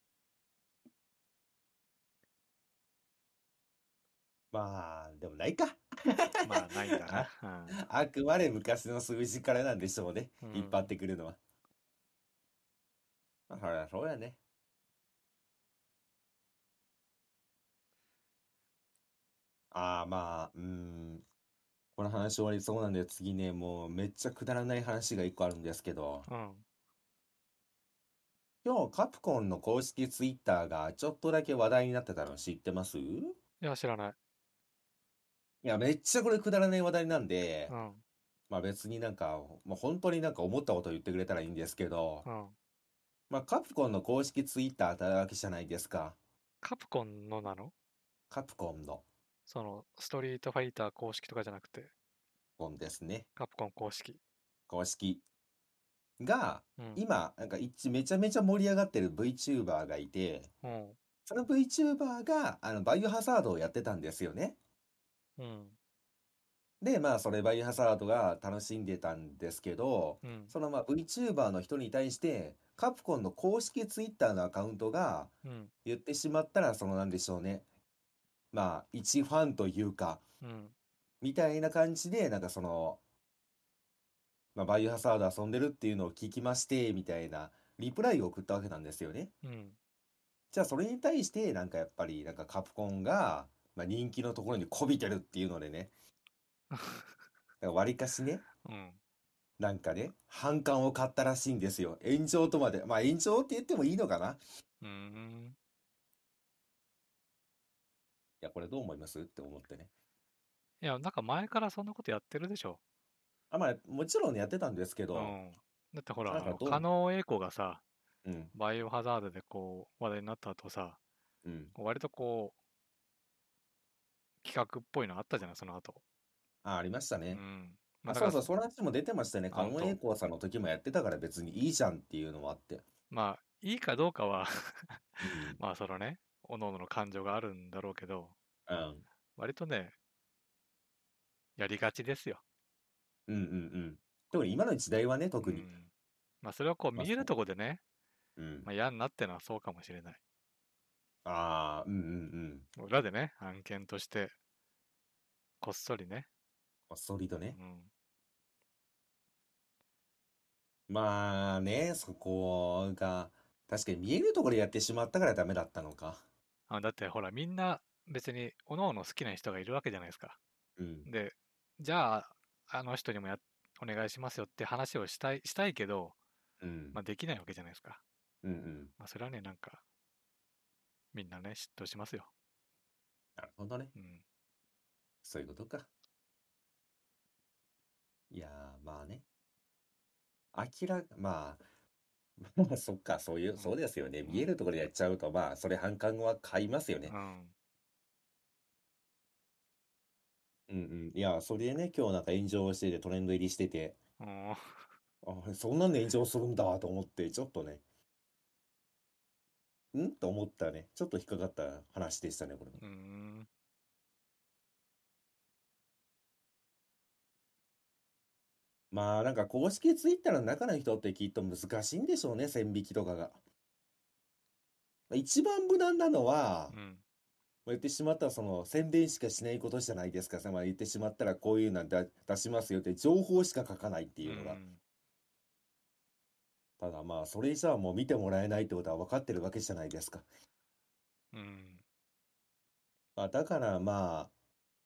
まあ、でもないか。 まあ、ないんだな。 あ、あくまで昔の数字からなんでしょうね。 うん。う引っ張っん。 てくるのは。まあ、そりゃそうやね。ああ、まあ、うーん。この話終わりそうなんで、次ね、もうめっちゃくだらない話が一個あるんですけど、 うん。 今日カプコンの公式ツイッターがちょっとだけ話題になってたの知ってます？いいや、知らない。 や、めっちゃこれくだらない話題なんで、 うん。 まあ別になんか、まあ、本当になんか思ったことを言ってくれたらいいんですけど、 うん。 まあ、カプコンの公式ツイッターあったわけじゃないですか。 カプコンのなの？ カプコンのその、ストリートファイター公式とかじゃなくて、 コンですね。 カプコン公式。 公式が、 うん。 今、なんか一めちゃめちゃ盛り上がってる VTuber がいて、 うん。 その VTuber が、あの、バイオハザードをやってたんですよね。 うん。 で、まあ、それバイオハザードが楽しんでたんですけど、 うん。 そのまあ VTuber の人に対して、カプコンの公式ツイッターのアカウントがうん。 言ってしまったら、そのなんでしょうね。まあ、一ファンというか、 うん。 みたいな感じで、なんかその、まあ、バイオハザード遊んでるっていうのを聞きまして、みたいなリプライを送ったわけなんですよね。 うん。 じゃあそれに対して、なんかやっぱり、なんかカプコンが、まあ、人気のところにこびてるっていうのでね、わりかしね、 うん。 なんかね、反感を買ったらしいんですよ。炎上とまで。まあ炎上って言ってもいいのかな。いうん。 や、これどう思いますって思ってね。 いや、なんか前からそんなことやってるでしょ。 あ、まあ、もちろんねやってたんですけど、 うん。だってほら、あの、 なんかどう、 狩野英孝がさ、 うん、 バイオハザードでこう、話題になった後さ、 うん。 割とこう、企画っぽいのあったじゃない、その後。 あ、ありましたね。 うん。まああ、 だから、 そうそう、その話も出てましたね。 あんと、 狩野英孝さんの時もやってたから別にいいじゃんっていうのもあって。 まあ、いいかどうかはうん、 まあそのね、各々の感情があるんだろうけど、 うん、 割とね、やりがちですよ。 うん、うん、うん。特に今の時代はね、特に。 うん。まあそれをこうまあ、 見えるそう。 とこでね、 うん。 まあ嫌になってのはそうかもしれない。 ああ、うん、うん、うん。 裏でね、案件として、こっそりね。 まあソリドね。 うん。 まあね、そこが、確かに見えるところでやってしまったからダメだったのか。 あ、だってほら、みんな別に、各々好きな人がいるわけじゃないですか。 うん、 で、じゃあ、あの人にもや、お願いしますよって話をしたい、したいけど、 うん、 まあできないわけじゃないですか。 うん、うん。 まあそれはね、なんか、みんなね、嫉妬しますよ。 なるほどね。 うん。 そういうことか。いやー、まあね。明らか、まあ、まあ、そっか、そういう、 うん。 そうですよね。 うん。 見えるところでやっちゃうと、まあ、それ反感は買いますよね。 うん。 うんうん。いや、それでね、今日なんか炎上してて、トレンド入りしてて、 うん。 あ、そんなんで炎上するんだと思って、ちょっとね、んと思ったね。ちょっと引っかかった話でしたね、これも。 うん。 まあ、なんか公式ツイッターの中の人ってきっと難しいんでしょうね、線引きとかが。まあ一番無難なのは、 うん。 まあ言ってしまったらその宣伝しかしないことじゃないですか。まあ、言ってしまったらこういうの出出しますよって情報しか書かないっていうのが。 うん。 ただまあ、それじゃあもう見てもらえないってことは分かってるわけじゃないですか。 うん。 まあ、だからまあ、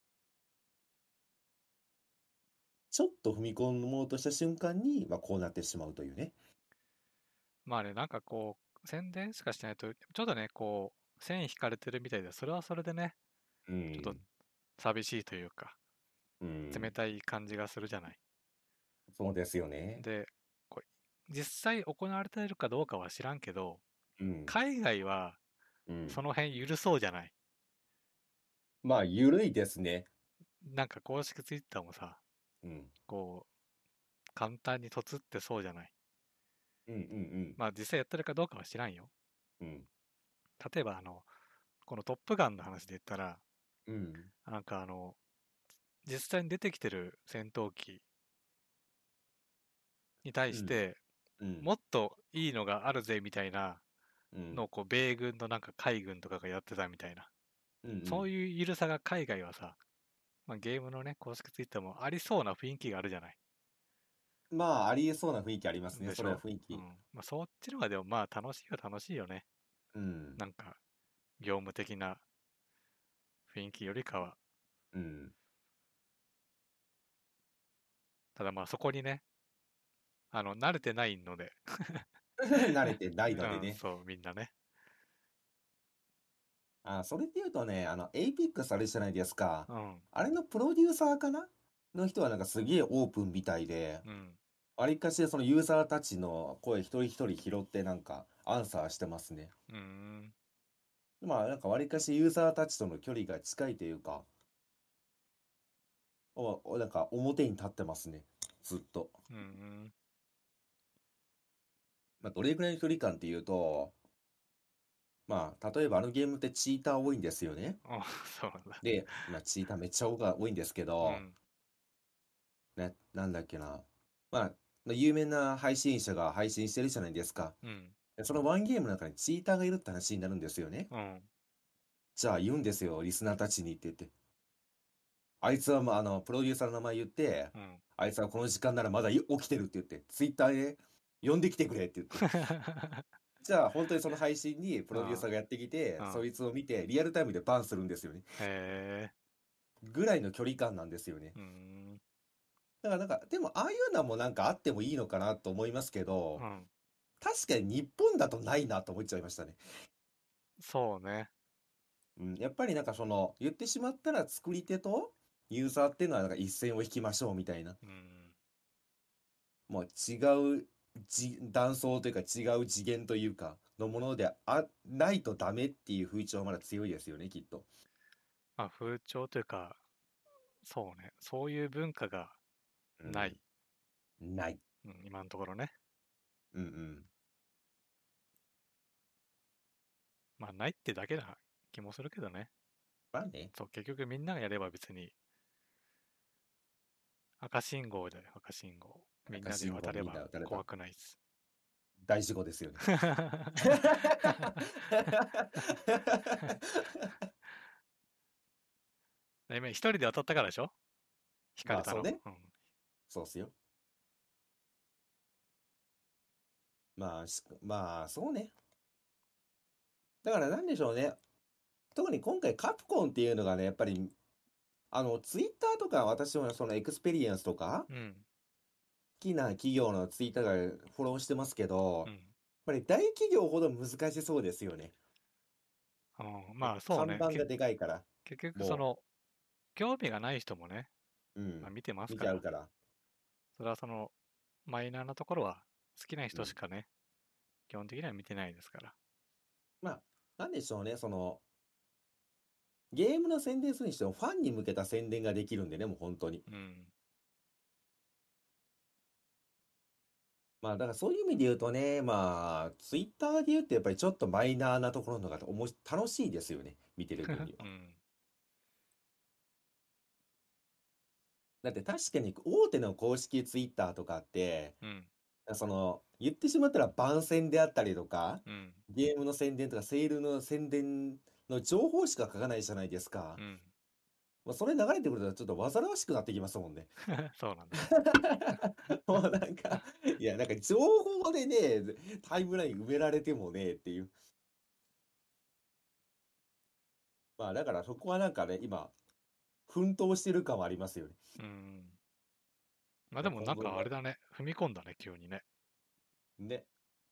ちょっと踏み込もうとした瞬間に、まあ、こうなってしまうというね。 まあね、なんかこう、宣伝しかしないと、ちょっとね、こう、線引かれてるみたいで、それはそれでね、 うちょっとん。 寂しいというか、 うん。 冷たい感じがするじゃない。 そうですよね。 で、こう実際行われているかどうかは知らんけど、 うん。 海外はうん。 その辺許そうじゃない。 まあ、ゆるいですね。 なんか公式ツイッターもさ、 うん。 こう、簡単にとつってそうじゃない。 うんうんまあ実際やってるかどうかは知らんよ。 うん。うん。 例えばあの、このトップガンの話で言ったら、 うん。 なんかあの、実際に出てきてる戦闘機に対うん。 して、 うん。 もっといいのがあるぜみたいなうん。 のをこう米軍のなんか海軍とかがやってたみたいな。 うんうん。 そういうゆるさが海外はさ、まあ、ゲームのね、公式ツイッターもありそうな雰囲気があるじゃない。 まあ、ありえそうな雰囲気ありますね。それはでしょ？ 雰囲気。 うん。まあ、そっちの方がでもまあ楽しいは楽しいよね。 うん。 なんか、業務的な雰囲気よりかは。 うん。 ただまあそこにね、あの、慣れてないので、 慣れてないのうん、 でね。 そう、みんなね。 あ、それで言うとね、あの、エイピックスあれじゃないですか。 うん、 あれのプロデューサーかなの人はなんかすげえオープンみたいで、 うん、 わりかしそのユーザーたちの声一人一人拾ってなんかアンサーしてますね。 うーん。 まあなんかわりかしユーザーたちとの距離が近いというか、お、おなんか表に立ってますね。ずっと。 うんうん。 まあどれぐらいの距離感っていうと、まあ例えばあのゲームってチーター多いんですよね。 あ、そうなんだ。 で、まあチーターめっちゃ多いんですけど、 うん。 ね、なんだっけな。まあ、まあ有名な配信者が配信してるじゃないですか。 うん。 でそのワンゲームの中にチーターがいるって話になるんですよね。 うん。 じゃあ言うんですよ、リスナーたちにって言って。あいつは、まあ、あの、プロデューサーの名前言って、 うん。 あいつはこの時間ならまだ起きてるって言って、ツイッターで呼んできてくれって言って。じゃあ本当にその配信にプロデューサーあがやってきて、 あ、うん。 そいつを見てリアルタイムでバンするんですよね。 へえ。 ぐらいの距離感なんですよね。 うーん。 だからなんか、でもああいうのもなんかあってもいいのかなと思いますけど、 うん。 確かに日本だとないなと思っちゃいましたね。 そうね。 うん、やっぱりなんかその、言ってしまったら作り手とユーザーっていうのはなんか一線を引きましょうみたいな。 うん。 もう違うじ断層というか違う次元というかのものであないとダメっていう風潮はまだ強いですよね、きっと。 まあ、風潮というか、そうね。そういう文化がない。 うん。ない。 うん、今のところね。 うんうん。 まあ、ないってだけな気もするけどね。 まあね。 そう、結局みんながやれば別に赤信号で赤信号。みんなで赤信号みん渡ればな打たれば怖くないです。 大事故ですよね。 今一人で渡ったからでしょ？引かれたの。 まあそうね。 うん。 そうっすよ。まあしまあそうね。だからなんでしょうね。特に今回カプコンっていうのがね、やっぱりあのツイッターとか私もそのエクスペリエンスとかうん。 好きな企業のツイッターがフォローしてますけど、 うん。 やっぱり大企業ほど難しそうですよね。 あの、 もうまあそうね。け看板がでかいから、 結局そもの、興味がない人もね、 う、うん、 まあ、見てます見から、 ちゃうから。 それはその、マイナーなところは好きなうん。 人しかね、基本的には見てないですから。 まあ、なんでしょうね、その、ゲームの宣伝するにしてもファンに向けた宣伝ができるんでね、もう本当に。 うん。 まあ、だからそういう意味で言うとね、まあ、ツイッターで言うとやっぱりちょっとマイナーなところの方がおもし楽しいですよね、見てる分には。 うん。 だって確かに大手の公式ツイッターとかって、 うん。 その、言ってしまったら番宣であったりとか、 うん。 ゲームの宣伝とかセールの宣伝の情報しか書かないじゃないですか。 うん。 まあ、それ流れてくるとちょっと煩わしくなってきますもんね。 そうなんだ。 もうなんか、いや、なんか情報でね、タイムライン埋められてもね、っていう。まあだからそこはなんかね、今、奮闘してる感はありますよね。 うん。まあいや、 でもなん今後の、 かあれだね。踏み込んだね、急にね。 ね。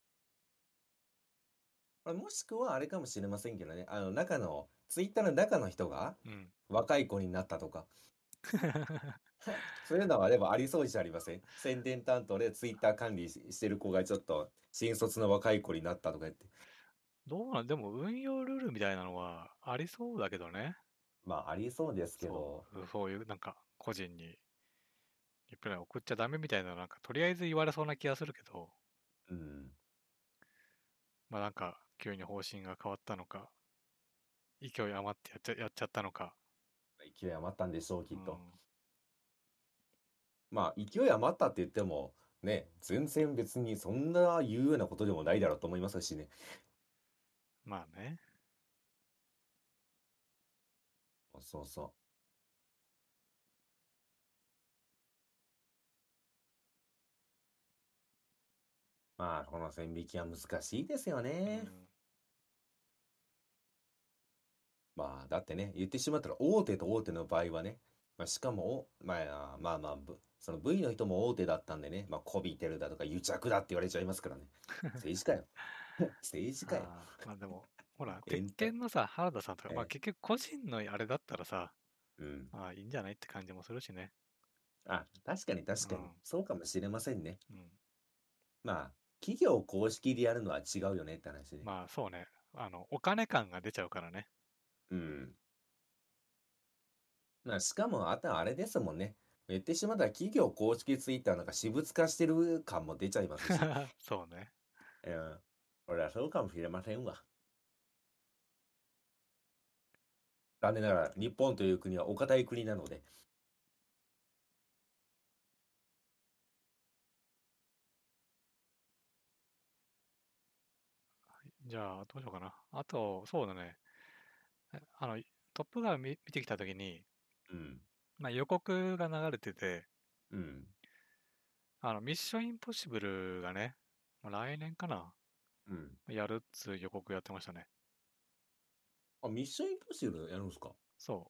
まあもしくはあれかもしれませんけどね、あの中の、ツイッターの中の人がうん。 若い子になったとか、そういうのはでもありそうじゃありません？宣伝担当でツイッター管理ししてる子がちょっと新卒の若い子になったとか言って。 どうなん、でも運用ルールみたいなのはありそうだけどね。 まあありそうですけど、 そう、そういうなんか個人にリプライ送っちゃダメみたいな、なんかとりあえず言われそうな気がするけど、 うん。 まあなんか急に方針が変わったのか、勢い余ってやっちゃやっちゃったのか。 勢い余ったんでしょう、きっと。 うん。 まあ、勢い余ったって言っても、ね、全然別にそんな言うようなことでもないだろうと思いますしね。 まあね。 そうそう。まあ、この線引きは難しいですよね。 うん。 まあ、だってね、言ってしまったら大手と大手の場合はね、まあ、しかも、おまあ、まあまあ、ぶその ブイ の人も大手だったんでね、まあ、こびてるだとか癒着だって言われちゃいますからね。政治かよ。政治かよ。 ああ、まあでも、ほら、鉄エンタ、 拳のさ、原田さんとか、まあえ結局個人のあれだったらさ、 うん。 まあいいんじゃないって感じもするしね。 あ、確かに確かに。 うん。 そうかもしれませんね。 うん。 まあ、企業公式でやるのは違うよねって話ね。 まあそうね。あの、お金感が出ちゃうからね。 うん。まあ、しかも、あとはあれですもんね。言ってしまったら企業公式ツイッターなんか私物化してる感も出ちゃいますし。 そうね。 うん。俺はそうかもしれませんわ。残念ながら、日本という国はお堅い国なので。 じゃあ、どうしようかな。あと、そうだね。えあの、トップガン見見てきたときに、 うん。 まあ、予告が流れてて、 うん。 あの、ミッションインポッシブルがね、まあ来年かな、 うん。 やるっつう予告やってましたね。 あ、ミッションインポッシブルやるんですか？ そう、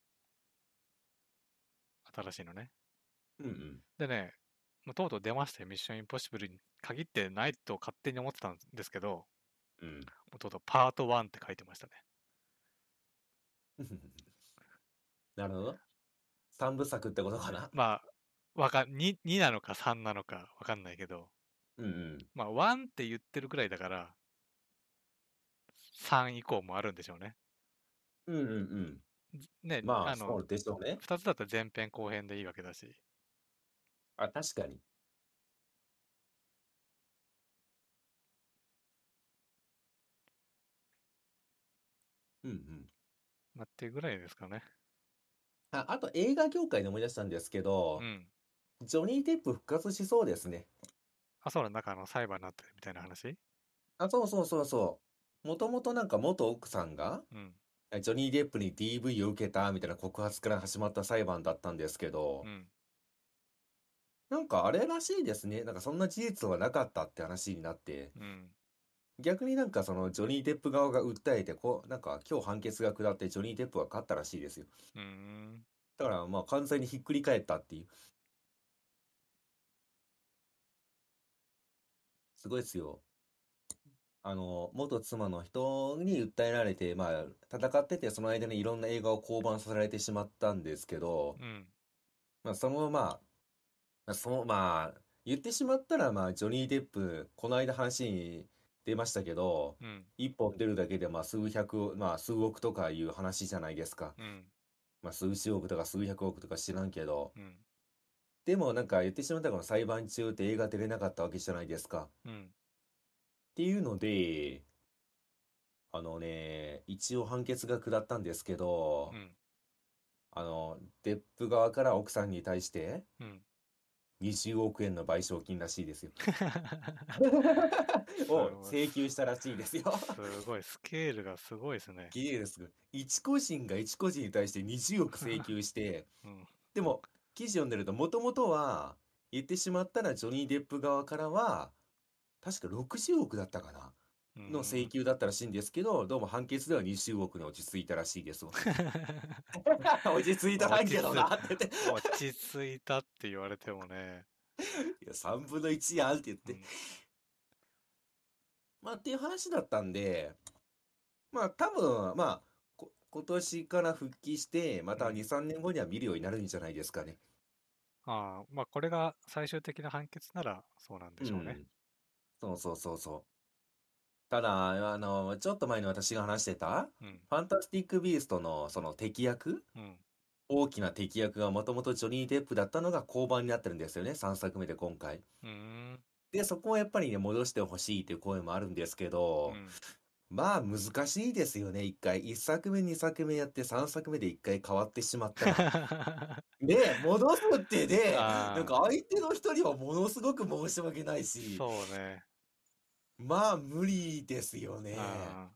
新しいのね。 うんうん。 でね、もうとうとう出ましたよ。ミッションインポッシブルに限ってないと勝手に思ってたんですけど、もうん。 うとうとうパートワンって書いてましたね。 なるほど。三部作ってことかな。 まあ、わかん、に、になのかさんなのかわかんないけど、 うんうん。 まあ、ワンって言ってるくらいだから、さん以降もあるんでしょうね。 うんうんうん。 ね、 まあ、 あの、 そうでしょうね。 ふたつだったら前編後編でいいわけだし。 あ、確かに。うんうん。 まあ、っていうぐらいですかね。 あ、あと映画業界で思い出したんですけど、 うん。 ジョニー・デップ復活しそうですね。 あ、そうだ、なんかあの、裁判になってるみたいな話。 あ、そうそうそうそう。もともとなんか元奥さんが、 うん。 ジョニー・デップに ディーブイ を受けたみたいな告発から始まった裁判だったんですけど、 うん。 なんかあれらしいですね。なんかそんな事実はなかったって話になって、 うん。 逆になんかそのジョニー・デップ側が訴えて、こう、なんか今日判決が下ってジョニー・デップが勝ったらしいですよ。 うーん。 だからまあ完全にひっくり返ったっていう。すごいですよ。あの、元妻の人に訴えられて、まあ、戦ってて、その間にいろんな映画を降板させられてしまったんですけど、 うん。 まあ、その、まあ、まあその、まあ、言ってしまったら、まあ、ジョニー・デップ、この間話に出ましたけど、 うん。 一本出るだけで、まあ、数百、まあ、数億とかいう話じゃないですか。 うん。 まあ、数十億とか数百億とか知らんけど、 うん。 でも、なんか言ってしまったら、この裁判中って映画出れなかったわけじゃないですか。 うん。 っていうので、あのね、一応判決が下ったんですけど、 うん。 あの、デップ側から奥さんに対してうん。 にじゅうおく円の賠償金らしいですよ。 すをごい、 請求したらしいですよ。 すごい、スケールがすごいですね。 綺麗です。一個人が一個人に対してにじゅうおく請求して、 うん。 でも、記事読んでると、もともとは、言ってしまったらジョニー・デップ側からは、確かろくじゅうおくだったかなうーの請ん。 求だったらしいんですけど、どうも判決ではにじゅうおくに落ち着いたらしいですわ。落ち着いたらんけど落ち着、 なって言って。 落ち着いたって言われてもね。 いや、さんぶんのいちやんって言って。 うん。 まあ、っていう話だったんで、まあ、多分、まあ、こ、今年から復帰して、またうん。 に、さんねんごには見るようになるんじゃないですかね。 ああ、まあこれが最終的な判決ならそうなんでしょうね。 うん。そうそうそうそう。ただ、あの、ちょっと前に私が話してた、 うん。 ファンタスティック・ビーストのその敵役、 うん。 大きな敵役がもともとジョニー・デップだったのが降板になってるんですよね、さんさくめで今回。 うーん。 で、そこをやっぱりね、戻してほしいという声もあるんですけど、 うん。 まあ難しいですよね、一回。一作目、二作目やって三作目で一回変わってしまったら。で、戻すってね、なんああ、 か相手の人にはものすごく申し訳ないし、 そうね。 まあ無理ですよね。 あ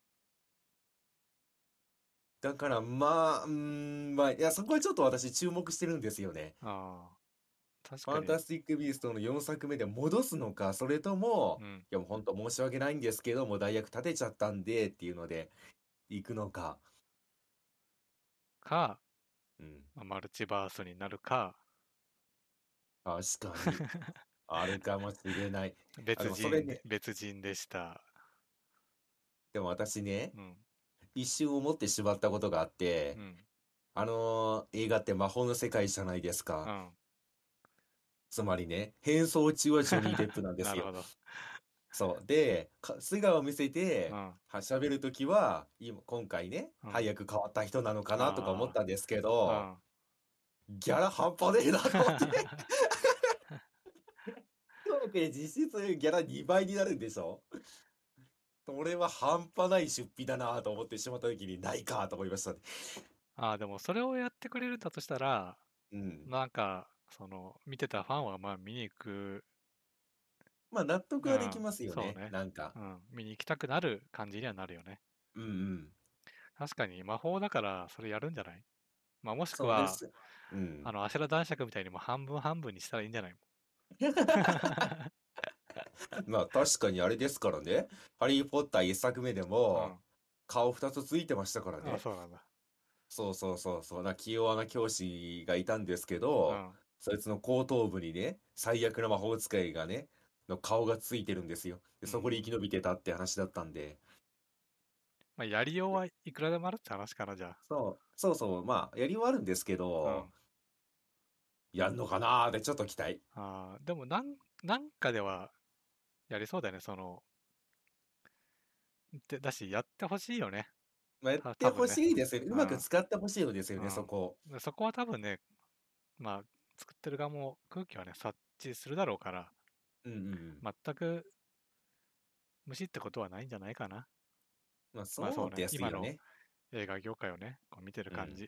だからまあ、うーん、まあ、いや、そこはちょっと私注目してるんですよね。 あ、ああ、確ファかに。 ンタスティック・ビーストのよんさくめで戻すのか、それとも、 うん。 いやもう本当申し訳ないんですけど、もう代役立てちゃったんでっていうので、行くのか。 か、 うん、 まあマルチバースになるか、 確かに。あるかもしれない。あ、で別人で、 もそれね、 別人でした。 でも私ね、 うん。 一瞬思ってしまったことがあって、 うん。 あのー映画って魔法の世界じゃないですか。 うん。 つまりね、変装中はジョニー・デップなんですよ。 なるほど。 そう。で、か素顔を見せて、 うん。 は喋るときは、今、今回ね、 うん。 早く変わった人なのかなとか思っあたんですけど、 あ。 ギャラ半端ねえなと思って。トークで実質ギャラにばいになるんでしょ？それは半端ない出費だなと思ってしまったときに、ないかと思いましたね。 うん。ああ、でもそれをやってくれるんだとしたら、 うん。 なんか、その、見てたファンはまあ見に行く、 まあ、納得はできうん、 ますよね、 そうね。 なんか。 うん、見に行きたくなる感じにはなるよね。 うんうん。 確かに魔法だからそれやるんじゃない？まあもしくは、 そうです。うん。 あの、アシュラ男爵みたいにも半分半分にしたらいいんじゃないもん。 まあ、確かにあれですからね。ハリー・ポッター一作目でも、 うん。 顔二つついてましたからあ、 ね。 そうなんだ。 そうそうそうそう。な、気弱な教師がいたんですけど、 うん。 そいつの後頭部にね、最悪な魔法使いがね、の顔がついてるんですよ。で、そこで生うん。 き延びてたって話だったんで、 まあやりようはいくらでもあるって話かな、じゃそう、そうそう、まあ、やりはあるんですけあ。うど、 ん。 やんのかなーってちょっと期待。 ああ、でもなん、なんかではやりそうだよね、その、で、だし、やってほしいよね。 まあ、やった、 てほ多分ね。 しいですよね。うまくうん。 使ってほしいのですよね、そうん。 こ。 でそこは多分ね、まあ、作ってる側も空気はね、察知するだろうから、 うんうんうん。 全く無視ってことはないんじゃないかな。 まあ、 まあそうね、 そうです今のよね。 映画業界をね、こう見てるうん。 感じ。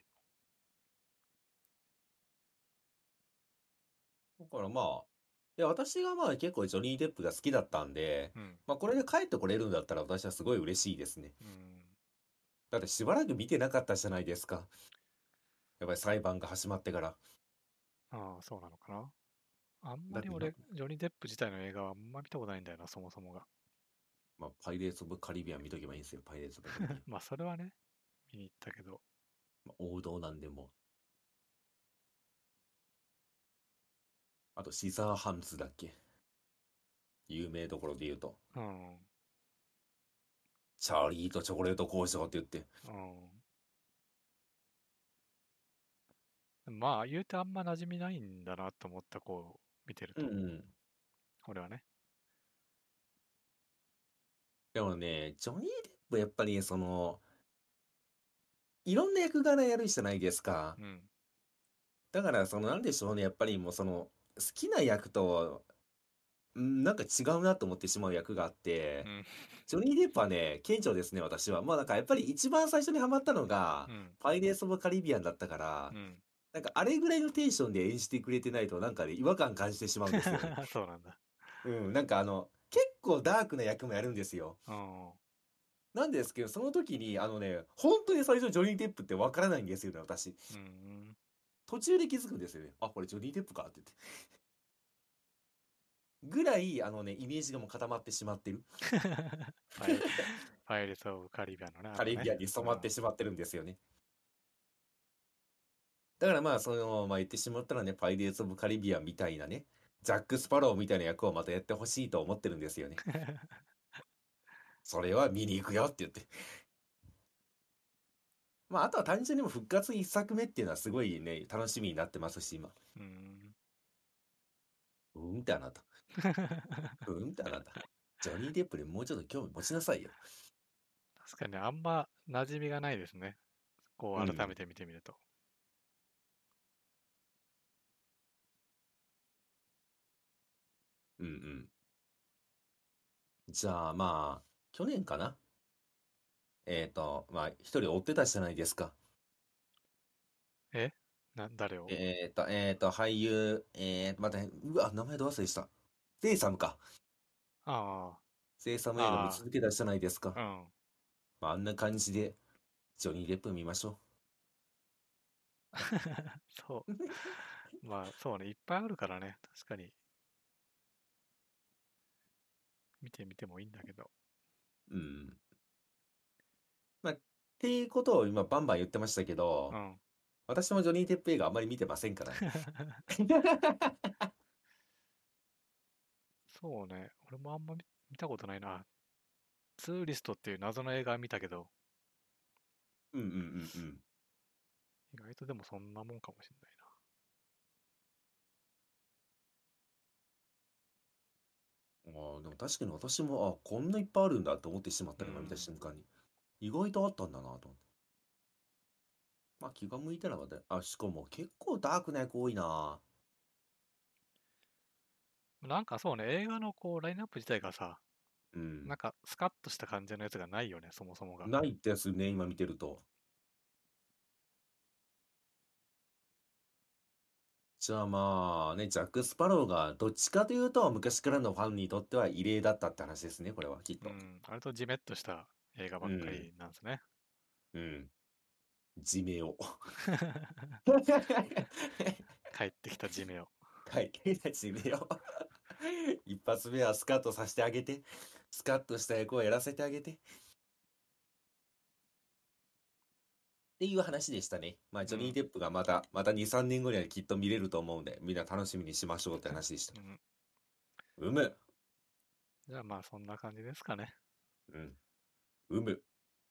だからまあ、いや、私がまあ結構ジョニー・デップが好きだったんで、 うん。 まあこれで帰ってこれるんだったら私はすごい嬉しいですね。 うん。 だってしばらく見てなかったじゃないですか。やっぱり裁判が始まってから。 ああ、そうなのかな。あんまだってな、 り俺、ジョニー・デップ自体の映画はあんま見たことないんだよな、そもそもが。 まあパイレーツ・オブ・カリビアン見とけばいいんですよ、パイレーツ・オブ・カリビアン。 まあそれはね、見に行ったけど。 まあ、王道なんでもう。あとシザーハンズだっけ？有名どころで言うと。 うん。 チャーリーとチョコレート工場って言って。 うん。まあ、言うてあんま馴染みないんだなと思った、こう、見てると。 うんうん。 俺はね。 でもね、ジョニー・デップやっぱりその、いろんな役柄やるじゃないですか。 うん。 だから、その、なんでしょうね、やっぱりもうその、好きな役と、んなんか違うなと思ってしまう役があって、 うん。 ジョニー・デップはね、顕著ですね、私は。まあなんかやっぱり一番最初にハマったのが、 うん。 パイレーツ・オブ・カリビアンだったから、 うん。 なんかあれぐらいのテンションで演じてくれてないと、なんかね、違和感感じてしまうんですよね。 そうなんだ。 うん、なんかあの、結構ダークな役もやるんですよ。 うん。 なんですけど、その時に、あのね、本当に最初ジョニー・デップってわからないんですよね、私。 うん。 途中で気づくんですよね。あ、これジョニー・デップかって言って。ぐらい、あのね、イメージがもう固まってしまってる。 パイ、パイレーツ・オブ・カリビアンのね、あのね。 カリビアンに染まってうん。 しまってるんですよね。だからまあ、その、まあ言ってしまったらね、パイレーツ・オブ・カリビアンみたいなね、ジャック・スパローみたいな役をまたやってほしいと思ってるんですよね。それは見に行くよって言って。まあ、あとは単純にも復活一作目っていうのはすごいね、楽しみになってますし、今。 うん。 うんってあなた。うんってあなた。ジョニー・デップでもうちょっと興味持ちなさいよ。 確かにね、あんま馴染みがないですね。こうん。 う改めて見てみると。 うんうん。じゃあまあ、去年かな。えっと、まあ、一人追ってたじゃないですか。 えな、誰を？ えっと、えっと、俳優、えーと、待って、うわ、名前ど忘れした。セイサムか。 あセイサム映画見あ、 続けたじゃないですか。 ああ、うん。 まあ、あんな感じで、ジョニー・デップ見ましょそう。まあ、そうね、いっぱいあるからね。確かに、見てみてもいいんだけど。 う。うん。まあ、っていうことを今バンバン言ってましたけど、 うん。 私もジョニー・デップ映画あんまり見てませんからね。 そうね、俺もあんま見、見たことないな。ツーリストっていう謎の映画は見たけど、 うんうんうんうん。 意外とでもそんなもんかもしれないああ、でも確かに私も、あ、こんないっぱいあるんだと思ってしまっうたのが見たん。 瞬間に。意外とあったんだなと思って。まあ気が向いたらまた、あ、しかも結構ダークな役多いな。 なんかそうね、映画のこう、ラインナップ自体がさ、 うん。 なんかスカッとした感じのやつがないよね、そもそもが。 ないってやつね、今見てると。じゃあまあね、ジャック・スパローがどっちかというと昔からのファンにとっては異例だったって話ですね、これはきっと。 うん。割とジメッとした映画ばっかうん、 りなんですね。 うん。地名を。 帰ってきたジメを。 はい、地名を。一発目はスカッとさせてあげて、スカッとした役をやらせてあげて。っていう話でしたね。まあ、ジョニー・うん。 デップがまた、またに、さんねんごにはきっと見れると思うんで、みんな楽しみにしましょうって話でした。 うん。 うむ。 じゃあまあそんな感じですかね。 うん。うむ。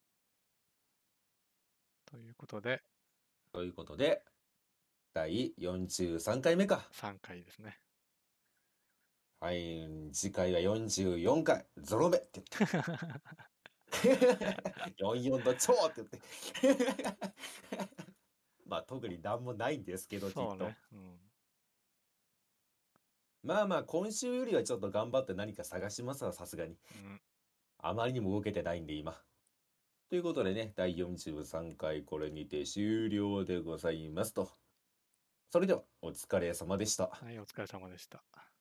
ということで、 ということで、だいよんじゅうさんかいめか。 さんかいですね。 はい、次回はよんじゅうよんかい、ゾロ目って言って。よんじゅうよんの超って言って。まあ特になんもないんですけど、きっと。 そうね。うん。 まあまあ今週よりはちょっと頑張って何か探しますわ、さすがに。 うん。 あまりにも動けてないんで今。ということでね、だいよんじゅうさんかいこれにて終了でございますと。それではお疲れ様でした。 はい、お疲れ様でした。